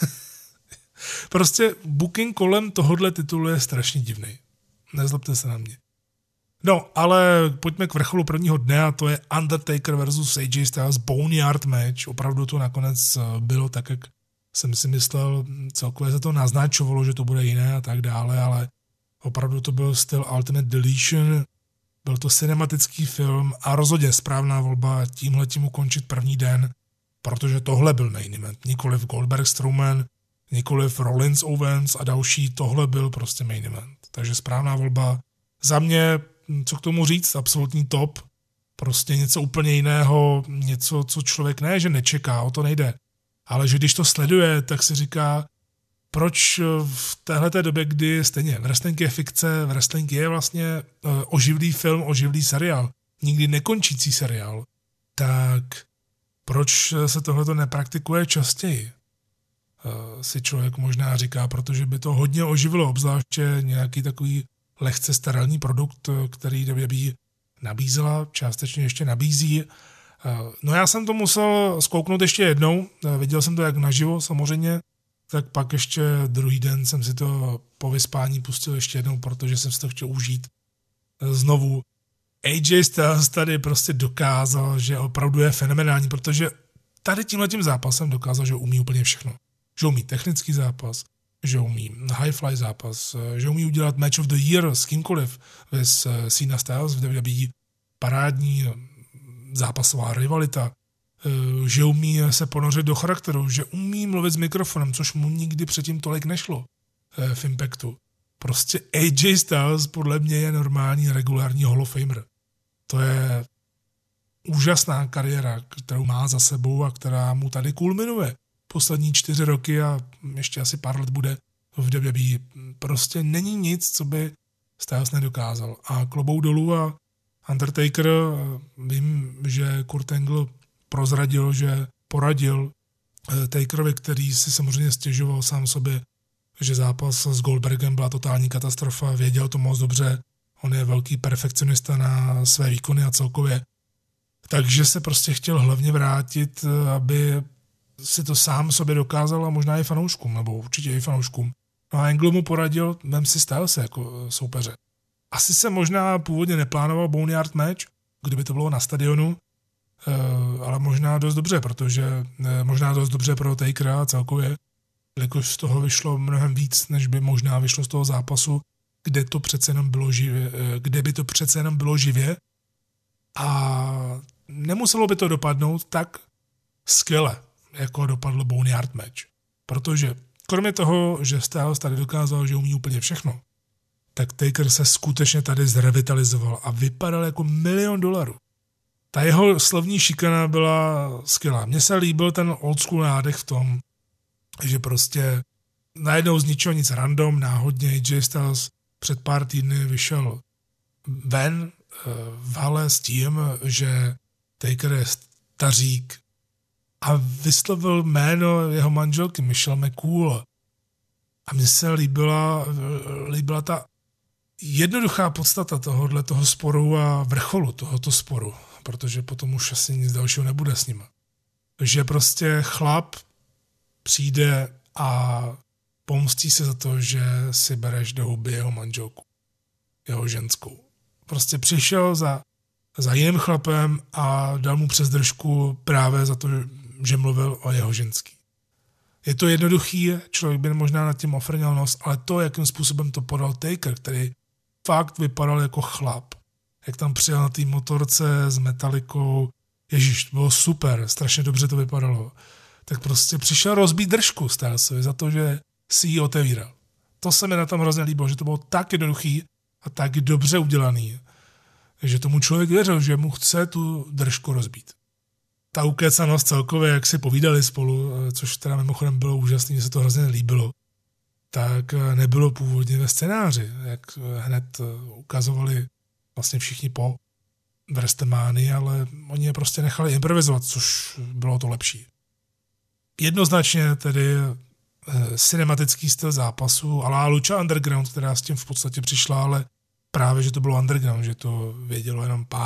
Prostě booking kolem tohohle titulu je strašně divný. Nezlobte se na mě. No, ale pojďme k vrcholu prvního dne a to je Undertaker versus AJ Styles Boneyard match. Opravdu to nakonec bylo tak, jak jsem si myslel. Celkově se to naznačovalo, že to bude jiné a tak dále, ale opravdu to byl styl Ultimate Deletion. Byl to cinematický film a rozhodně správná volba tímhletím ukončit první den, protože tohle byl main event. Nikoliv Goldberg Strowman, nikoliv Rollins Owens a další, tohle byl prostě main event. Takže správná volba. Za mě, co k tomu říct, absolutní top. Prostě něco úplně jiného, něco, co člověk ne, že nečeká, o to nejde. Ale že když to sleduje, tak si říká, proč v téhleté době, kdy stejně wrestling je fikce, wrestling je vlastně oživlý film, oživlý seriál, nikdy nekončící seriál, tak proč se tohleto nepraktikuje častěji? Si člověk možná říká, protože by to hodně oživilo, obzvláště nějaký takový lehce sterilní produkt, který WWE nabízela, částečně ještě nabízí. No já jsem to musel zkouknout ještě jednou, viděl jsem to jak naživo samozřejmě, tak pak ještě druhý den jsem si to po vyspání pustil ještě jednou, protože jsem si to chtěl užít znovu. AJ Styles tady prostě dokázal, že opravdu je fenomenální, protože tady tímhletím zápasem dokázal, že umí úplně všechno. Že umí technický zápas, že umí high fly zápas, že umí udělat match of the year s kýmkoliv, s Cena Styles v WWE, parádní zápasová rivalita, že umí se ponořit do charakteru, že umí mluvit s mikrofonem, což mu nikdy předtím tolik nešlo v Impactu. Prostě AJ Styles podle mě je normální, regulární Hall of Famer. To je úžasná kariéra, kterou má za sebou a která mu tady kulminuje. Poslední 4 roky a ještě asi pár let bude v WWE. Prostě není nic, co by Styles nedokázal. A klobouk dolů a Undertaker, vím, že Kurt Angle prozradil, že poradil Takerovi, který si samozřejmě stěžoval sám sobě, že zápas s Goldbergem byla totální katastrofa, věděl to moc dobře, on je velký perfekcionista na své výkony a celkově. Takže se prostě chtěl hlavně vrátit, aby si to sám sobě dokázal a možná i fanouškům, nebo určitě i fanouškům. No a Angle mu poradil, vem si Stylese jako soupeře. Asi se možná původně neplánoval Boneyard match, kdyby to bylo na stadionu, ale možná dost dobře, protože možná dost dobře pro Takera celkově, jelikož z toho vyšlo mnohem víc, než by možná vyšlo z toho zápasu, kde by to přece jenom bylo živě a nemuselo by to dopadnout tak skvěle, jako dopadlo Boneyard match. Protože kromě toho, že Styles tady dokázal, že umí úplně všechno, tak Taker se skutečně tady zrevitalizoval a vypadal jako $1 000 000. Ta jeho slovní šikana byla skvělá. Mně se líbil ten old school nádech v tom, že prostě najednou z ničeho nic random, náhodně AJ Styles před pár týdny vyšel ven v hale s tím, že Taker je stařík a vyslovil jméno jeho manželky Michelle McCool. A mně se líbila ta jednoduchá podstata toho sporu a vrcholu tohoto sporu, protože potom už asi nic dalšího nebude s nima. Že prostě chlap přijde a pomstí se za to, že si bereš do huby jeho manželku, jeho ženskou. Prostě přišel za jiným chlapem a dal mu přes držku právě za to, že mluvil o jeho ženský. Je to jednoduchý, člověk by možná nad tím ofrňal nos, ale to, jakým způsobem to podal Taker, který fakt vypadal jako chlap. Jak tam přijel na té motorce s metalikou, ježiš, to bylo super, strašně dobře to vypadalo. Tak prostě přišel rozbít držku Stylesovi za to, že si ji otevíral. To se mi na tom hrozně líbilo, že to bylo tak jednoduchý a tak dobře udělaný, že tomu člověk věřil, že mu chce tu držku rozbít. Ta ukecanost celkově, jak si povídali spolu, což teda mimochodem bylo úžasné, že se to hrozně líbilo, tak nebylo původně ve scénáři, jak hned ukazovali vlastně všichni po WrestleManii, ale oni je prostě nechali improvizovat, což bylo to lepší. Jednoznačně tedy cinematický styl zápasu, ale Lucha Underground, která s tím v podstatě přišla, ale právě, že to bylo underground, že to vidělo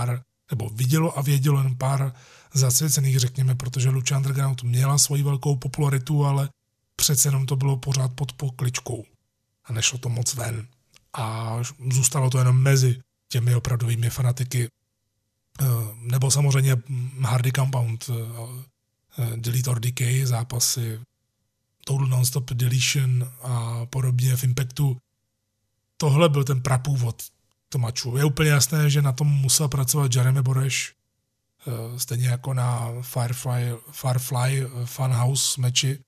a vědělo jenom pár zasvěcených, řekněme, protože Lucha Underground měla svoji velkou popularitu, ale přece jenom to bylo pořád pod pokličkou a nešlo to moc ven. A zůstalo to jenom mezi těmi opravdovými fanatiky. Nebo samozřejmě Hardy Compound, Delete or Decay, zápasy Total Nonstop Deletion a podobně v Impactu. Tohle byl ten prapůvod maču. Je úplně jasné, že na tom musel pracovat Jeremy Borash, stejně jako na Firefly Funhouse meči,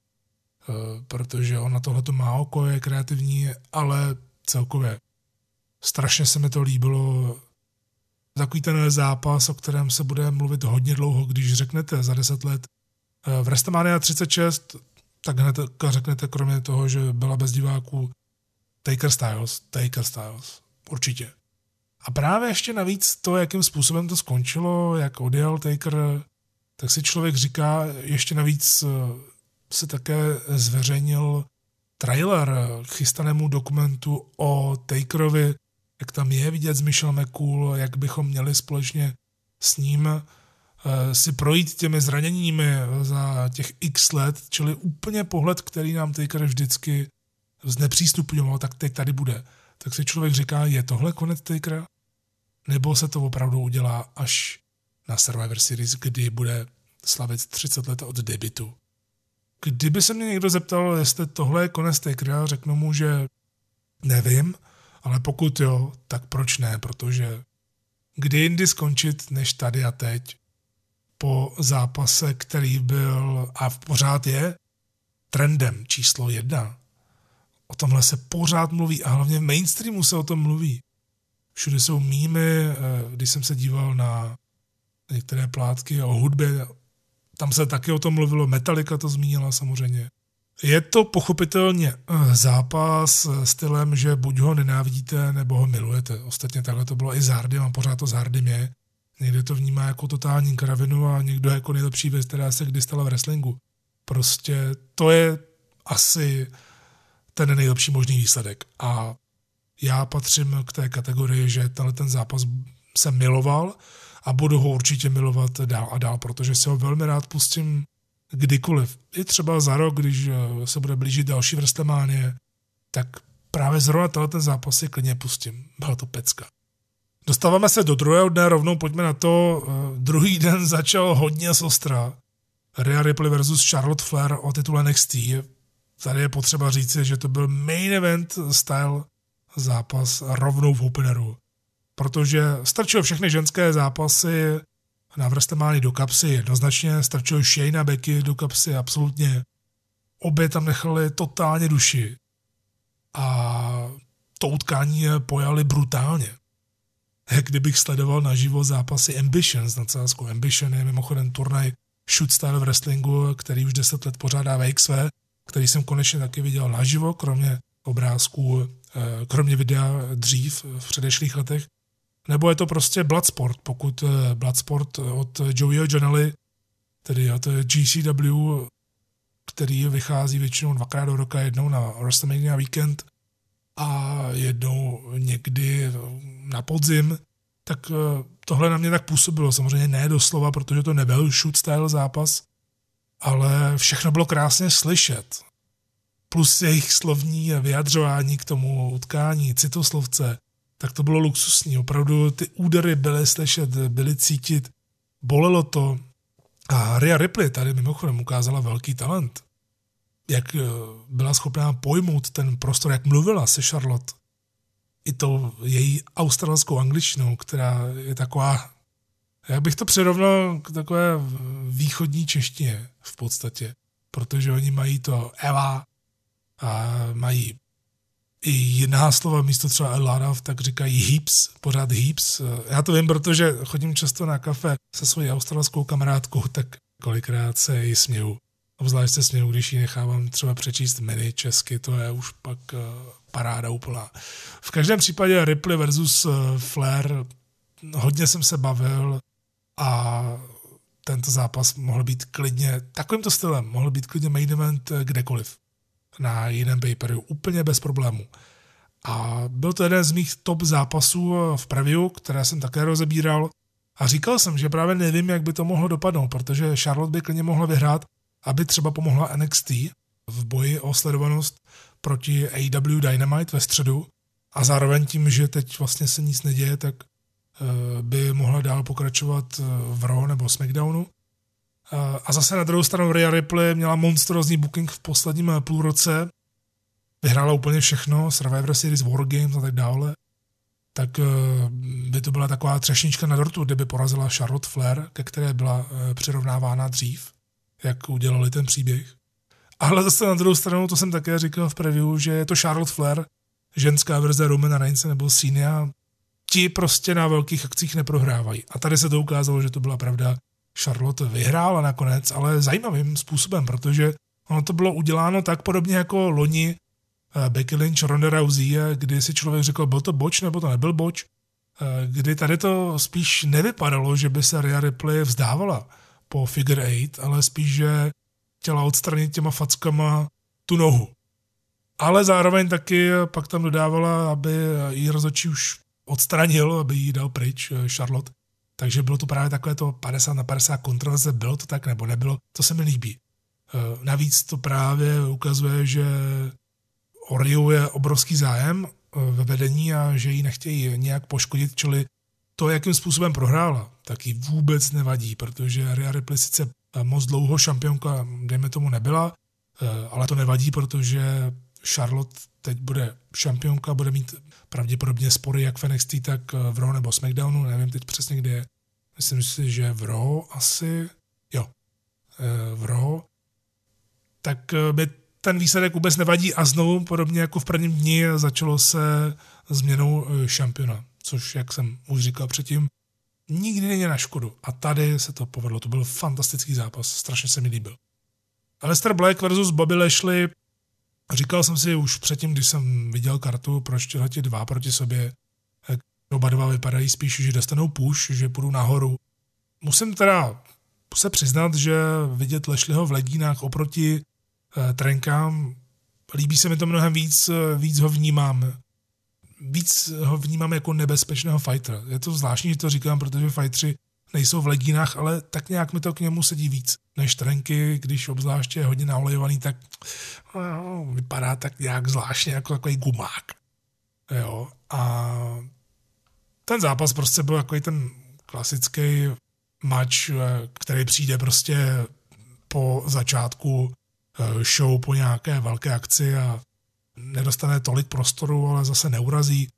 protože on na tohle to má oko, je kreativní, ale celkově strašně se mi to líbilo. Takový ten zápas, o kterém se bude mluvit hodně dlouho, když řeknete za 10 let v WrestleMania 36, tak hned řeknete, kromě toho, že byla bez diváků, Taker Styles, určitě. A právě ještě navíc to, jakým způsobem to skončilo, jak odjel Taker, tak si člověk říká, ještě navíc se také zveřejnil trailer k chystanému dokumentu o Takerovi, jak tam je vidět s Michelle McCool, jak bychom měli společně s ním si projít těmi zraněními za těch x let, čili úplně pohled, který nám Taker vždycky znepřístupňoval, tak teď tady bude. Tak si člověk říká, je tohle konec Takera? Nebo se to opravdu udělá až na Survivor Series, kdy bude slavit 30 let od debutu. Kdyby se mě někdo zeptal, jestli tohle je konec Takera, řeknu mu, že nevím, ale pokud jo, tak proč ne, protože kdy jindy skončit než tady a teď po zápase, který byl a pořád je trendem číslo 1. O tomhle se pořád mluví a hlavně v mainstreamu se o tom mluví. Všude jsou mýmy, když jsem se díval na některé plátky o hudbě, tam se taky o tom mluvilo, Metallica to zmínila samozřejmě. Je to pochopitelně zápas stylem, že buď ho nenávidíte, nebo ho milujete. Ostatně takhle to bylo i s Hardym a pořád to s Hardym je. Někdo to vnímá jako totální kravinu a někdo jako nejlepší věc, která se kdy stala v wrestlingu. Prostě to je asi ten nejlepší možný výsledek. A já patřím k té kategorii, že ten zápas jsem miloval a budu ho určitě milovat dál a dál, protože si ho velmi rád pustím kdykoliv. I třeba za rok, když se bude blížit další WrestleMania, tak právě zrovna ten zápas si klidně pustím. Byla to pecka. Dostáváme se do druhého dne, rovnou pojďme na to. Druhý den začal hodně zostra. Rhea Ripley versus Charlotte Flair o titul NXT. Tady je potřeba říci, že to byl main event style zápas rovnou v openeru. Protože strčil všechny ženské zápasy na WrestleMania do kapsy, jednoznačně strčil Shayna Becky do kapsy, absolutně. Obě tam nechali totálně duši. A to utkání pojali brutálně. Kdybych sledoval naživo zápasy Ambition s nadsázkou. Ambition je mimochodem turnaj shoot style wrestlingu, který už 10 let pořádá VXV, který jsem konečně taky viděl naživo, kromě obrázků, kromě videa dřív v předešlých letech. nebo je to prostě Bloodsport, pokud Bloodsport od Joeyho Janely, tedy od GCW, který vychází většinou 2krát do roka, jednou na WrestleMania Weekend a jednou někdy na podzim, tak tohle na mě tak působilo. Samozřejmě ne doslova, protože to nebyl shoot style zápas, ale všechno bylo krásně slyšet. Plus jejich slovní vyjadřování k tomu utkání, citoslovce, tak to bylo luxusní. Opravdu ty údery byly slyšet, byly cítit, bolelo to. A Rhea Ripley tady mimochodem ukázala velký talent. Jak byla schopná pojmout ten prostor, jak mluvila se Charlotte. I to její australskou angličtinou, která je taková, jak bych to přirovnal k takové východní češtině v podstatě. Protože oni mají to Eva a mají i jiná slova, místo třeba a lot of, tak říkají heaps, pořád heaps. Já to vím, protože chodím často na kafe se svojí australskou kamarádkou, tak kolikrát se jí směju. Obzvlášť se směju, když ji nechávám třeba přečíst mini česky, to je už pak paráda úplná. V každém případě Ripley versus Flair, hodně jsem se bavil a tento zápas mohl být klidně, takovýmto stylem, mohl být klidně main event kdekoliv. Na jiném pay-per-view, úplně bez problémů. A byl to jeden z mých top zápasů v preview, které jsem také rozebíral. A říkal jsem, že právě nevím, jak by to mohlo dopadnout, protože Charlotte by klidně mohla vyhrát, aby třeba pomohla NXT v boji o sledovanost proti AEW Dynamite ve středu. A zároveň tím, že teď vlastně se nic neděje, tak by mohla dál pokračovat v Raw nebo SmackDownu. A zase na druhou stranu Rhea Ripley měla monstrózní booking v posledním půlroce. Vyhrála úplně všechno, Survivor Series, War Games a tak dále. Tak by to byla taková třešnička na dortu, kdyby porazila Charlotte Flair, ke které byla přirovnávána dřív, jak udělali ten příběh. Ale zase na druhou stranu, to jsem také říkal v preview, že je to Charlotte Flair, ženská verze Romana Reinse nebo Cena. Ti prostě na velkých akcích neprohrávají. A tady se to ukázalo, že to byla pravda. Charlotte vyhrála nakonec, ale zajímavým způsobem, protože ono to bylo uděláno tak podobně jako loni Becky Lynch, Ronda Rousey, kdy si člověk řekl, byl to boč nebo to nebyl boč, kdy tady to spíš nevypadalo, že by se Rhea Ripley vzdávala po figure 8, ale spíš, že chtěla odstranit těma fackama tu nohu. Ale zároveň taky pak tam dodávala, aby jí rozhodčí už odstranil, aby jí dal pryč Charlotte. Takže bylo to právě takové to 50/50 kontroverze, bylo to tak nebo nebylo, to se mi líbí. Navíc to právě ukazuje, že o Riu je obrovský zájem ve vedení a že ji nechtějí nějak poškodit, čili to, jakým způsobem prohrála, tak jí vůbec nevadí, protože Rhea Ripley sice moc dlouho šampionka, dejme tomu, nebyla, ale to nevadí, protože Charlotte teď bude šampionka, bude mít pravděpodobně spory jak v NXT, tak v Raw nebo SmackDownu, nevím teď přesně, kde je. Myslím si, že v Raw asi, v Raw, tak by ten výsledek vůbec nevadí a znovu, podobně jako v prvním dni, začalo se změnou šampiona, což, jak jsem už říkal předtím, nikdy není na škodu. A tady se to povedlo, to byl fantastický zápas, strašně se mi líbil. Aleister Black versus Bobby Lashley, říkal jsem si už předtím, když jsem viděl kartu, proč ti dva proti sobě, oba dva vypadají spíš, že dostanou push, že půjdou nahoru. Musím teda se přiznat, že vidět Lashleyho v legínách oproti trenkám, líbí se mi to mnohem víc ho vnímám. Víc ho vnímám jako nebezpečného fightera. Je to zvláštní, že to říkám, protože fightři nejsou v legínách, ale tak nějak mi to k němu sedí víc než trenky, když obzvláště je hodně naolejovaný, tak vypadá tak nějak zvláštně jako takový gumák. Jo, a ten zápas prostě byl takový ten klasický match, který přijde prostě po začátku show, po nějaké velké akci a nedostane tolik prostoru, ale zase neurazí.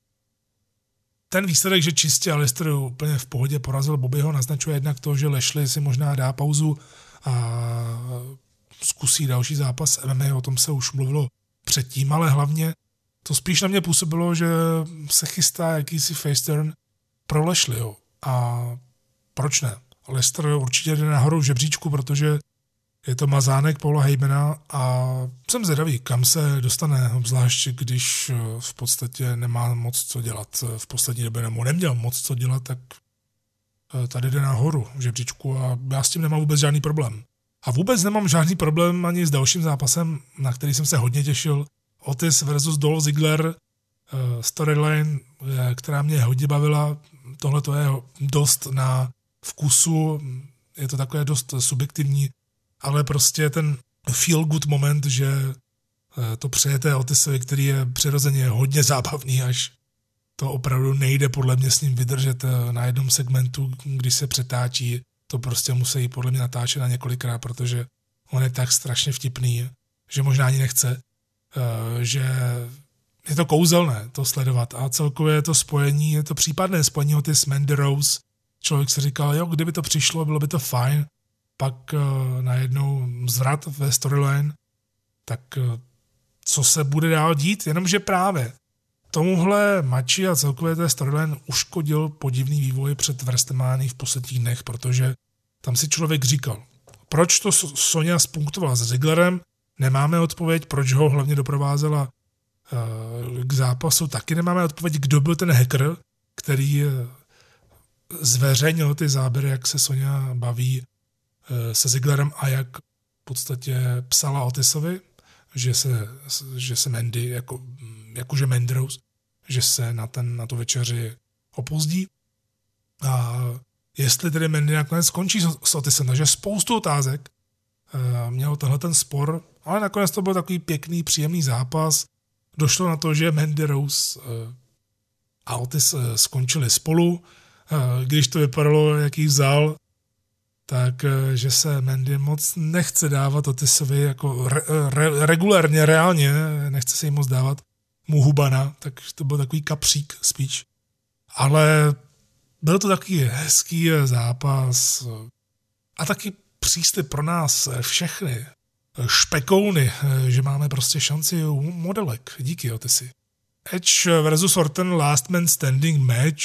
Ten výsledek, že čistě Aleister úplně v pohodě porazil Bobbyho, naznačuje jednak to, že Lashley si možná dá pauzu a zkusí další zápas MMA, o tom se už mluvilo předtím, ale hlavně to spíš na mě působilo, že se chystá jakýsi face turn pro Lashleyho. A proč ne? Aleister určitě jde nahoru v žebříčku, protože Je to mazánek Paula Heymana a jsem zvědavý, kam se dostane, obzvlášť když v podstatě nemá moc co dělat. V poslední době neměl moc co dělat, tak tady jde nahoru v žebříčku a já s tím nemám vůbec žádný problém. A vůbec nemám žádný problém ani s dalším zápasem, na který jsem se hodně těšil. Otis versus Dolph Ziggler, storyline, která mě hodně bavila. Tohle to je dost na vkusu, je to takové dost subjektivní, ale prostě ten feel good moment, že to přejete Otisovi, který je přirozeně hodně zábavný, až to opravdu nejde podle mě s ním vydržet na jednom segmentu, když se přetáčí. To prostě musí podle mě natáčet na několikrát, protože on je tak strašně vtipný, že možná ani nechce, že je to kouzelné to sledovat a celkově je to spojení, je to případné spojení Otis Mandy Rose. Člověk si říkal, jo, kdyby to přišlo, bylo by to fajn, pak najednou zvrat ve storyline, tak co se bude dál dít, jenomže právě tomuhle mači a celkově té storyline uškodil podivný vývoj před WrestleMania v posledních dnech, protože tam si člověk říkal, proč to Sonya spunktovala s Zigglerem, nemáme odpověď, proč ho hlavně doprovázela k zápasu, taky nemáme odpověď, kdo byl ten hacker, který zveřejnil ty záběry, jak se Sonya baví se Zigglerem a jak v podstatě psala Otisovi, že se Mandy, jakože Mandy Rose, že se na tu večeři opozdí. A jestli tedy Mandy nakonec skončí s Otisem, takže spoustu otázek měl tenhle ten spor, ale nakonec to byl takový pěkný, příjemný zápas. Došlo na to, že Mandy Rose a Otis skončili spolu, když to vypadalo, jak jí vzal, tak, že se Mandy moc nechce dávat Otisovi jako regulérně, reálně, nechce se jí moc dávat mu hubana, tak to byl takový kapřík spíš. Ale byl to takový hezký zápas a taky příslib pro nás všechny špekouny, že máme prostě šanci u modelek. Díky, Otisi. Edge versus Orton Last Man Standing match.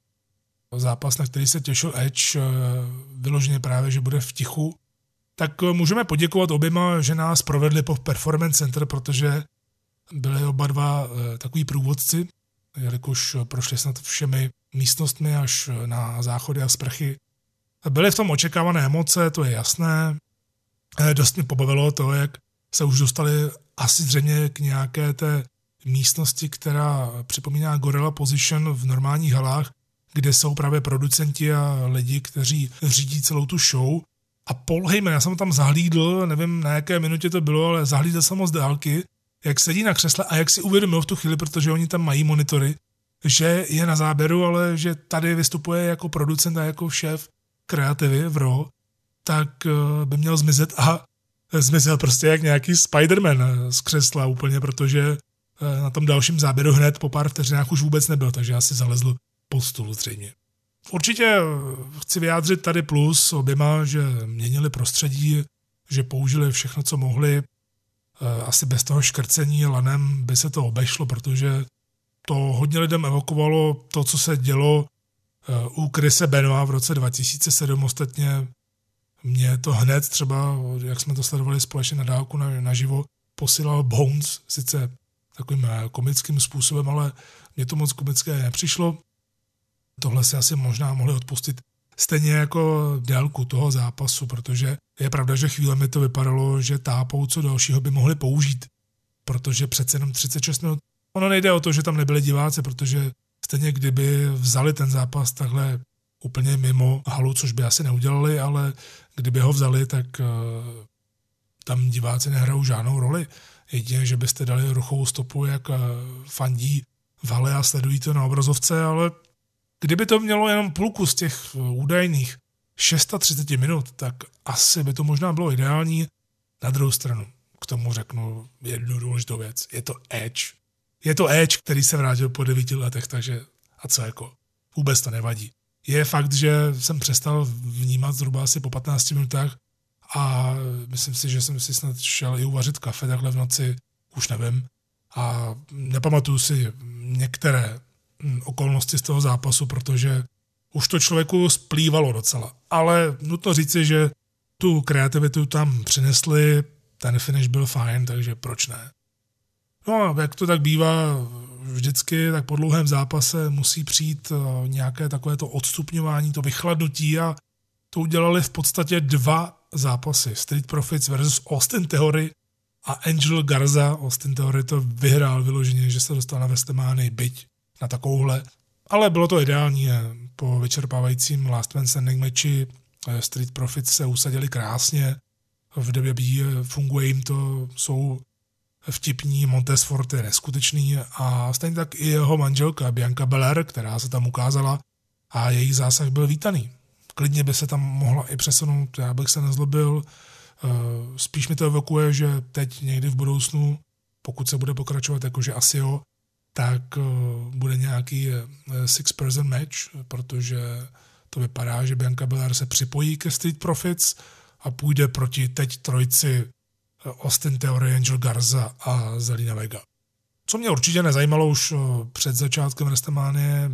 Zápas, na který se těšil Edge, vyloženě právě, že bude v tichu. Tak můžeme poděkovat oběma, že nás provedli po Performance Center, protože byli oba dva takový průvodci, jelikož prošli snad všemi místnostmi až na záchody a sprchy. Byly v tom očekávané emoce, to je jasné. Dost mě pobavilo to, jak se už dostali asi zřejmě k nějaké té místnosti, která připomíná Gorilla Position v normálních halách, kde jsou právě producenti a lidi, kteří řídí celou tu show. A Paul Heyman, já jsem ho tam zahlídl, nevím na jaké minutě to bylo, ale zahlídl jsem ho z dálky, jak sedí na křesle a jak si uvědomil v tu chvíli, protože oni tam mají monitory, že je na záběru, ale že tady vystupuje jako producent a jako šéf kreativy v Raw, tak by měl zmizet a zmizel prostě jak nějaký Spider-Man z křesla úplně, protože na tom dalším záběru hned po pár vteřinách už vůbec nebyl, takže asi zalezl pod stůl zřejmě. Určitě chci vyjádřit tady plus oběma, že měnili prostředí, že použili všechno, co mohli. Asi bez toho škrcení lanem by se to obešlo, protože to hodně lidem evokovalo to, co se dělo u Chrise Benoita v roce 2007. Ostatně mě to hned třeba, jak jsme to sledovali společně na dálku naživo, posílal Bones, sice takovým komickým způsobem, ale mě to moc komické nepřišlo. Tohle si asi možná mohli odpustit stejně jako délku toho zápasu, protože je pravda, že chvíle to vypadalo, že tápou, co dalšího by mohli použít, protože přece jenom 36 minut. Ono nejde o to, že tam nebyli diváci, protože stejně kdyby vzali ten zápas takhle úplně mimo halu, což by asi neudělali, ale kdyby ho vzali, tak tam diváci nehrajou žádnou roli. Jedině, že byste dali ruchovou stopu, jak fandí v hale a sledují to na obrazovce, ale kdyby to mělo jenom půlku z těch údajných 630 minut, tak asi by to možná bylo ideální. Na druhou stranu k tomu řeknu jednu důležitou věc. Je to Edge. Je to Edge, který se vrátil po 9 letech, takže a co jako? Vůbec to nevadí. Je fakt, že jsem přestal vnímat zhruba asi po 15 minutách a myslím si, že jsem si snad šel i uvařit kafe takhle v noci, už nevím. A nepamatuju si některé okolnosti z toho zápasu, protože už to člověku splývalo docela. Ale nutno říci, že tu kreativitu tam přinesli, ten finish byl fajn, takže proč ne. No a jak to tak bývá vždycky, tak po dlouhém zápase musí přijít nějaké takovéto odstupňování, to vychladnutí a to udělali v podstatě 2 zápasy. Street Profits versus Austin Theory a Angel Garza. Austin Theory to vyhrál vyloženě, že se dostal na WrestleManii, byť na takovouhle. Ale bylo to ideální. Po vyčerpávajícím Last Man Standing matchi Street Profits se usadili krásně. V WWE funguje jim to, jsou vtipní, Montez Ford je neskutečný a stejně tak i jeho manželka Bianca Belair, která se tam ukázala a její zásah byl vítaný. Klidně by se tam mohla i přesunout, já bych se nezlobil. Spíš mi to evokuje, že teď někdy v budoucnu, pokud se bude pokračovat, jakože asi jo, tak bude nějaký 6-person match, protože to vypadá, že Bianca Belair se připojí ke Street Profits a půjde proti teď trojci Austin Theory, Angel Garza a Zelina Vega. Co mě určitě nezajímalo už před začátkem WrestleMania,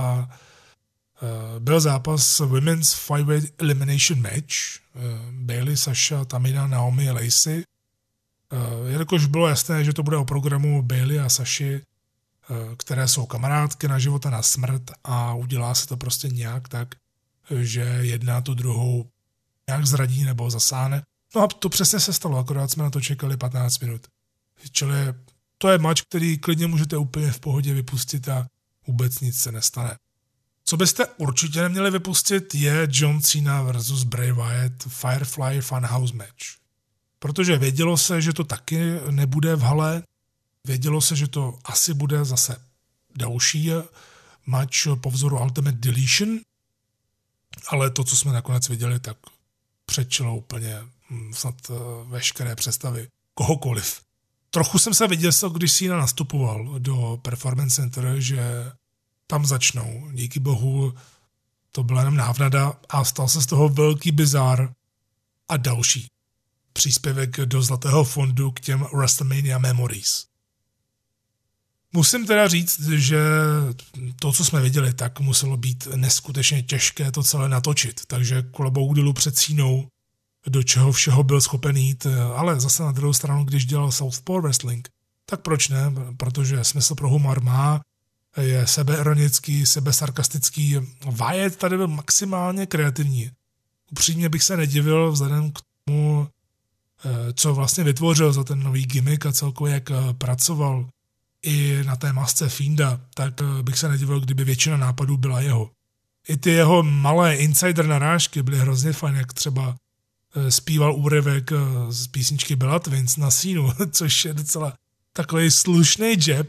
byl zápas Women's Five-Way Elimination Match Bayley, Sasha, Tamina, Naomi, Lacey. Jelikož bylo jasné, že to bude o programu Bayley a Saši, které jsou kamarádky na život a na smrt a udělá se to prostě nějak tak, že jedna tu druhou nějak zradí nebo zasáhne. No a to přesně se stalo, akorát jsme na to čekali 15 minut. Čili to je match, který klidně můžete úplně v pohodě vypustit a vůbec nic se nestane. Co byste určitě neměli vypustit, je John Cena versus Bray Wyatt Firefly Funhouse match. Protože vědělo se, že to taky nebude v hale, vědělo se, že to asi bude zase další match po vzoru Ultimate Deletion, ale to, co jsme nakonec viděli, tak předčilo úplně snad veškeré představy kohokoliv. Trochu jsem se vyděsil, když Cena nastupoval do Performance Center, že tam začnou. Díky bohu to byla jenom návnada a stal se z toho velký bizár a další příspěvek do zlatého fondu k těm WrestleMania Memories. Musím teda říct, že to, co jsme viděli, tak muselo být neskutečně těžké to celé natočit, takže klobouk dolů před Cenou, do čeho všeho byl schopen jít, ale zase na druhou stranu, když dělal Southpaw Wrestling, tak proč ne, protože smysl pro humor má, je sebeironický, sebesarkastický. Wyatt tady byl maximálně kreativní. Upřímně bych se nedivil vzhledem k tomu, co vlastně vytvořil za ten nový gimmick a celkově jak pracoval i na té masce Fienda, tak bych se nedivil, kdyby většina nápadů byla jeho. I ty jeho malé insider narážky byly hrozně fajn, jak třeba zpíval úryvek z písničky Bella Twins na Cenu, což je docela takový slušný jab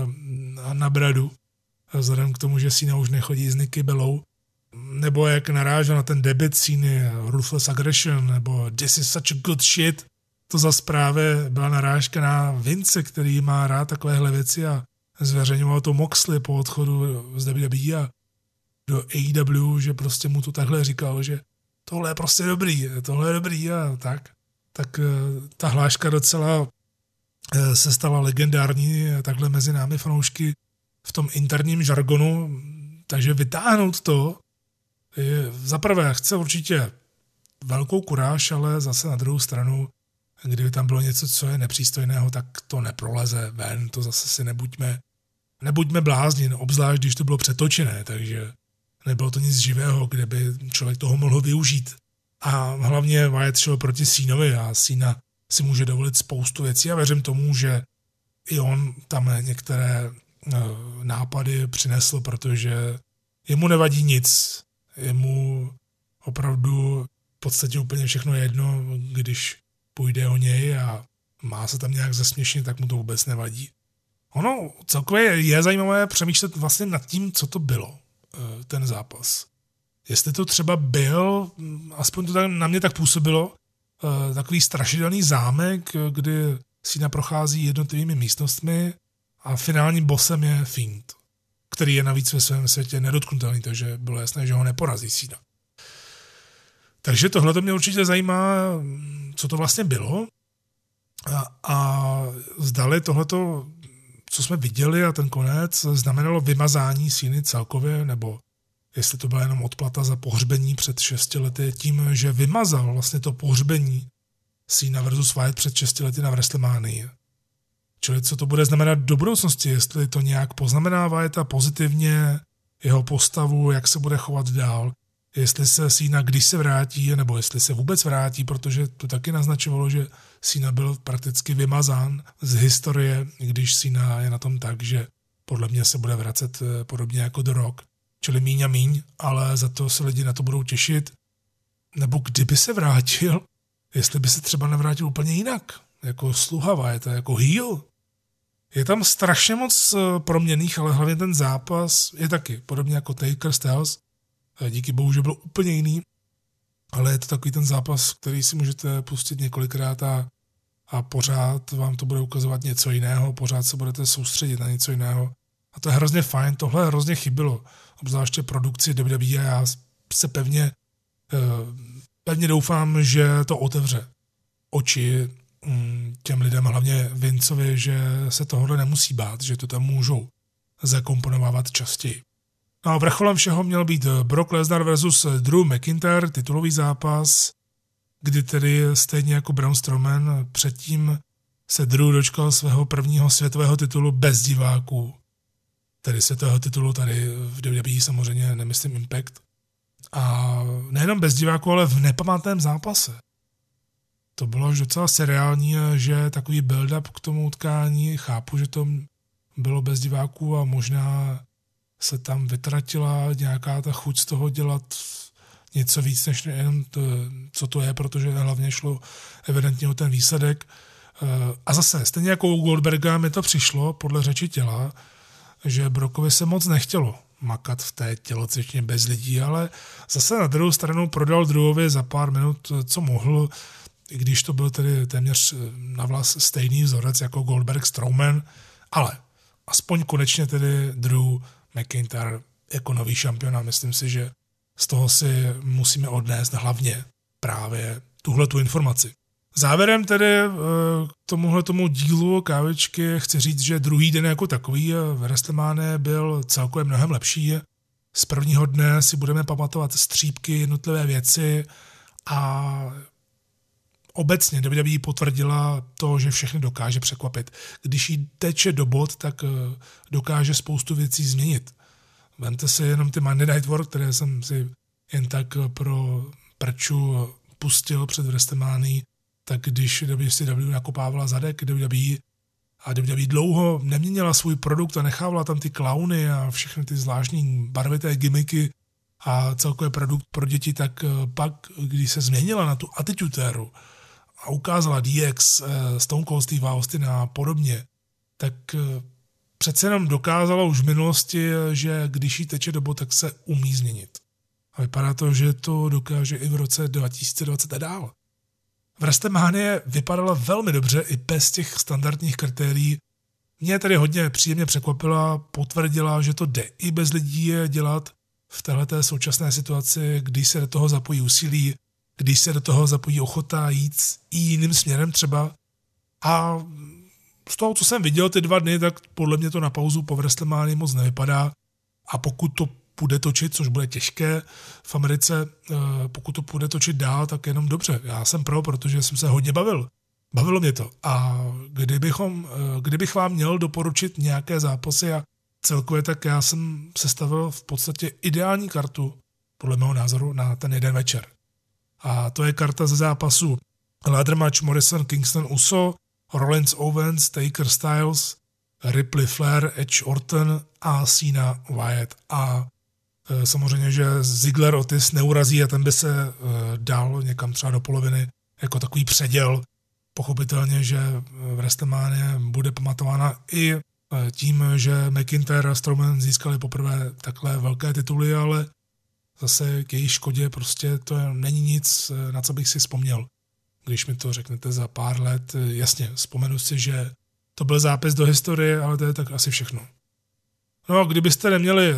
na bradu, vzhledem k tomu, že Cena už nechodí s Nikki Bellou, nebo jak narážel na ten debut Ceny Ruthless Aggression, nebo This is such a good shit. To zase právě byla narážka na Vince, který má rád takovéhle věci a zveřejňoval to Moxley po odchodu z WWE a do AEW, že prostě mu to takhle říkal, že tohle je prostě dobrý a tak. Tak ta hláška docela se stala legendární takhle mezi námi fanoušky v tom interním žargonu, takže vytáhnout to je, zaprvé chce určitě velkou kuráž, ale zase na druhou stranu, kdyby tam bylo něco, co je nepřístojného, tak to neproleze ven, to zase si nebuďme blázni, obzvlášť když to bylo přetočené, takže nebylo to nic živého, kde by člověk toho mohl využít. A hlavně Wyatt šel proti Cenovi a Cena si může dovolit spoustu věcí a věřím tomu, že i on tam některé nápady přinesl, protože jemu nevadí nic. Jemu opravdu v podstatě úplně všechno jedno, když půjde o něj a má se tam nějak zesměšnit, tak mu to vůbec nevadí. Ono celkově je zajímavé přemýšlet vlastně nad tím, co to bylo, ten zápas. Jestli to třeba byl, aspoň to tak na mě tak působilo, takový strašidelný zámek, kdy Cena prochází jednotlivými místnostmi a finálním bossem je Fiend, který je navíc ve svém světě nedotknutelný, takže bylo jasné, že ho neporazí Cena. Takže tohle to mě určitě zajímá, co to vlastně bylo a zdali tohleto, co jsme viděli a ten konec, znamenalo vymazání Ceny celkově, nebo jestli to byla jenom odplata za pohřbení před 6 lety, tím, že vymazal vlastně to pohřbení Cena versus Wyatt před 6 lety na WrestleManii. Čili co to bude znamenat do budoucnosti, jestli to nějak poznamená Wyatta pozitivně, jeho postavu, jak se bude chovat dál, jestli se Cena, když se vrátí, nebo jestli se vůbec vrátí, protože to taky naznačovalo, že Cena byl prakticky vymazán z historie, když Cena je na tom tak, že podle mě se bude vracet podobně jako The Rock. Čili míň a míň, ale za to se lidi na to budou těšit. Nebo kdyby se vrátil, jestli by se třeba nevrátil úplně jinak, jako sluha Wyatta, jako heel. Je tam strašně moc proměnných, ale hlavně ten zápas je taky podobně jako Taker Styles. Díky bohu, že byl úplně jiný, ale je to takový ten zápas, který si můžete pustit několikrát a pořád vám to bude ukazovat něco jiného, pořád se budete soustředit na něco jiného. A to je hrozně fajn, tohle hrozně chybilo, obzvláště produkci WWE a já se pevně doufám, že to otevře oči těm lidem, hlavně Vincovi, že se tohle nemusí bát, že to tam můžou zakomponovávat častěji. No a vrcholem všeho měl být Brock Lesnar versus Drew McIntyre, titulový zápas, kdy tedy stejně jako Braun Strowman předtím se Drew dočkal svého prvního světového titulu bez diváků. Tedy světového titulu tady v WWE samozřejmě nemyslím Impact. A nejenom bez diváků, ale v nepamátném zápase. To bylo už docela seriální, že takový build-up k tomu utkání, chápu, že to bylo bez diváků a možná se tam vytratila nějaká ta chuť z toho dělat něco víc, než jenom to, co to je, protože hlavně šlo evidentně o ten výsledek. A zase, stejně jako u Goldberga mi to přišlo, podle řeči těla, že Brockovi se moc nechtělo makat v té tělocvičně bez lidí, ale zase na druhou stranu prodal Drewovi za pár minut, co mohl, i když to byl tedy téměř na vlas stejný vzorec jako Goldberg Strowman, ale aspoň konečně tedy Drew McIntyre jako nový šampion a myslím si, že z toho si musíme odnést hlavně právě tuhletu informaci. Závěrem tedy k tomuhletomu dílu kávičky chci říct, že druhý den jako takový v WrestleMania byl celkově mnohem lepší. Z prvního dne si budeme pamatovat střípky, jednotlivé věci a obecně WWE potvrdila to, že všechny dokáže překvapit. Když jí teče do bod, tak dokáže spoustu věcí změnit. Vemte si jenom ty Monday Night War, které jsem si jen tak pro prču pustil před WrestleMania, tak když WCW nakopávala zadek WWE a WWE dlouho neměnila svůj produkt a nechávala tam ty klauny a všechny ty zvláštní barvité gimmicky a celkově produkt pro děti, tak pak, když se změnila na tu atitutéru a ukázala DX, Stone Cold Steve Austin a podobně, tak přece jenom dokázala už v minulosti, že když jí teče dobu, tak se umí změnit. A vypadá to, že to dokáže i v roce 2020 a dál. V WrestleMania vypadala velmi dobře i bez těch standardních kritérií. Mě tedy hodně příjemně překvapila, potvrdila, že to jde i bez lidí dělat v téhleté současné situaci, když se do toho zapojí úsilí, když se do toho zapojí ochota jít i jiným směrem třeba. A z toho, co jsem viděl ty 2 dny, tak podle mě to na pauzu po WrestleMania moc nevypadá. A pokud to půjde točit, což bude těžké v Americe, pokud to půjde točit dál, tak jenom dobře. Já jsem pro, protože jsem se hodně bavil. Bavilo mě to. A kdybych vám měl doporučit nějaké zápasy a celkově, tak já jsem sestavil v podstatě ideální kartu, podle mého názoru, na ten jeden večer. A to je karta ze zápasu Ladder Match Morrison, Kingston, Uso, Rollins, Owens, Taker, Styles, Ripley, Flair, Edge, Orton a Cena, Wyatt. A samozřejmě, že Ziggler, Otis neurazí a ten by se dal někam třeba do poloviny jako takový předěl. Pochopitelně, že v WrestleMania bude pamatována i tím, že McIntyre a Strowman získali poprvé takhle velké tituly, ale zase k její škodě prostě to není nic, na co bych si vzpomněl. Když mi to řeknete za pár let, jasně, vzpomenu si, že to byl zápis do historie, ale to je tak asi všechno. No a kdybyste neměli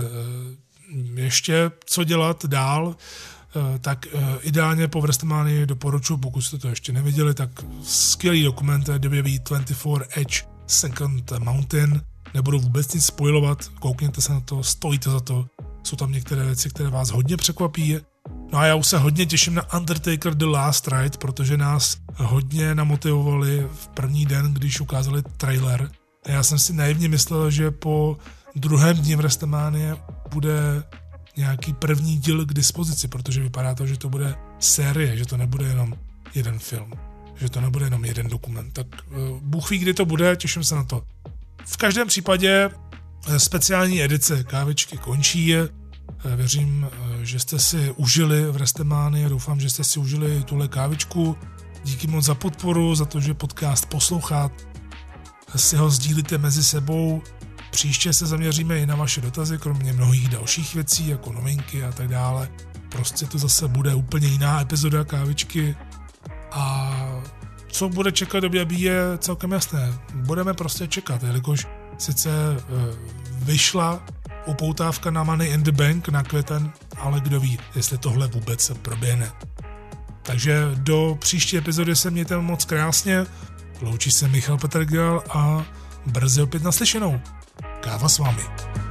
ještě co dělat dál, tak ideálně po WrestleMania doporučuji, pokud jste to ještě neviděli, tak skvělý dokument WWE 24 Edge Second Mountain. Nebudu vůbec nic spoilovat, koukněte se na to, stojí to za to. jsou tam některé věci, které vás hodně překvapí. No a já už se hodně těším na Undertaker The Last Ride, protože nás hodně namotivovali v první den, když ukázali trailer. A já jsem si naivně myslel, že po druhém dni v WrestleMania bude nějaký první díl k dispozici, protože vypadá to, že to bude série, že to nebude jenom jeden film, že to nebude jenom jeden dokument. Tak Bůh ví, kdy to bude, těším se na to. V každém případě speciální edice kávičky končí. Věřím, že jste si užili v WrestleMania, doufám, že jste si užili tuhle kávičku. Díky moc za podporu, za to, že podcast posloucháte, si ho sdílíte mezi sebou. Příště se zaměříme i na vaše dotazy, kromě mnohých dalších věcí, jako novinky a tak dále. Prostě to zase bude úplně jiná epizoda kávičky. A co bude čekat do WWE je celkem jasné. Budeme prostě čekat, jelikož sice vyšla upoutávka na Money in the Bank na květen, ale kdo ví, jestli tohle vůbec proběhne. Takže do příští epizody se mějte moc krásně. Loučí se Michal Petrgal a brzy opět naslyšenou. Káva s vámi.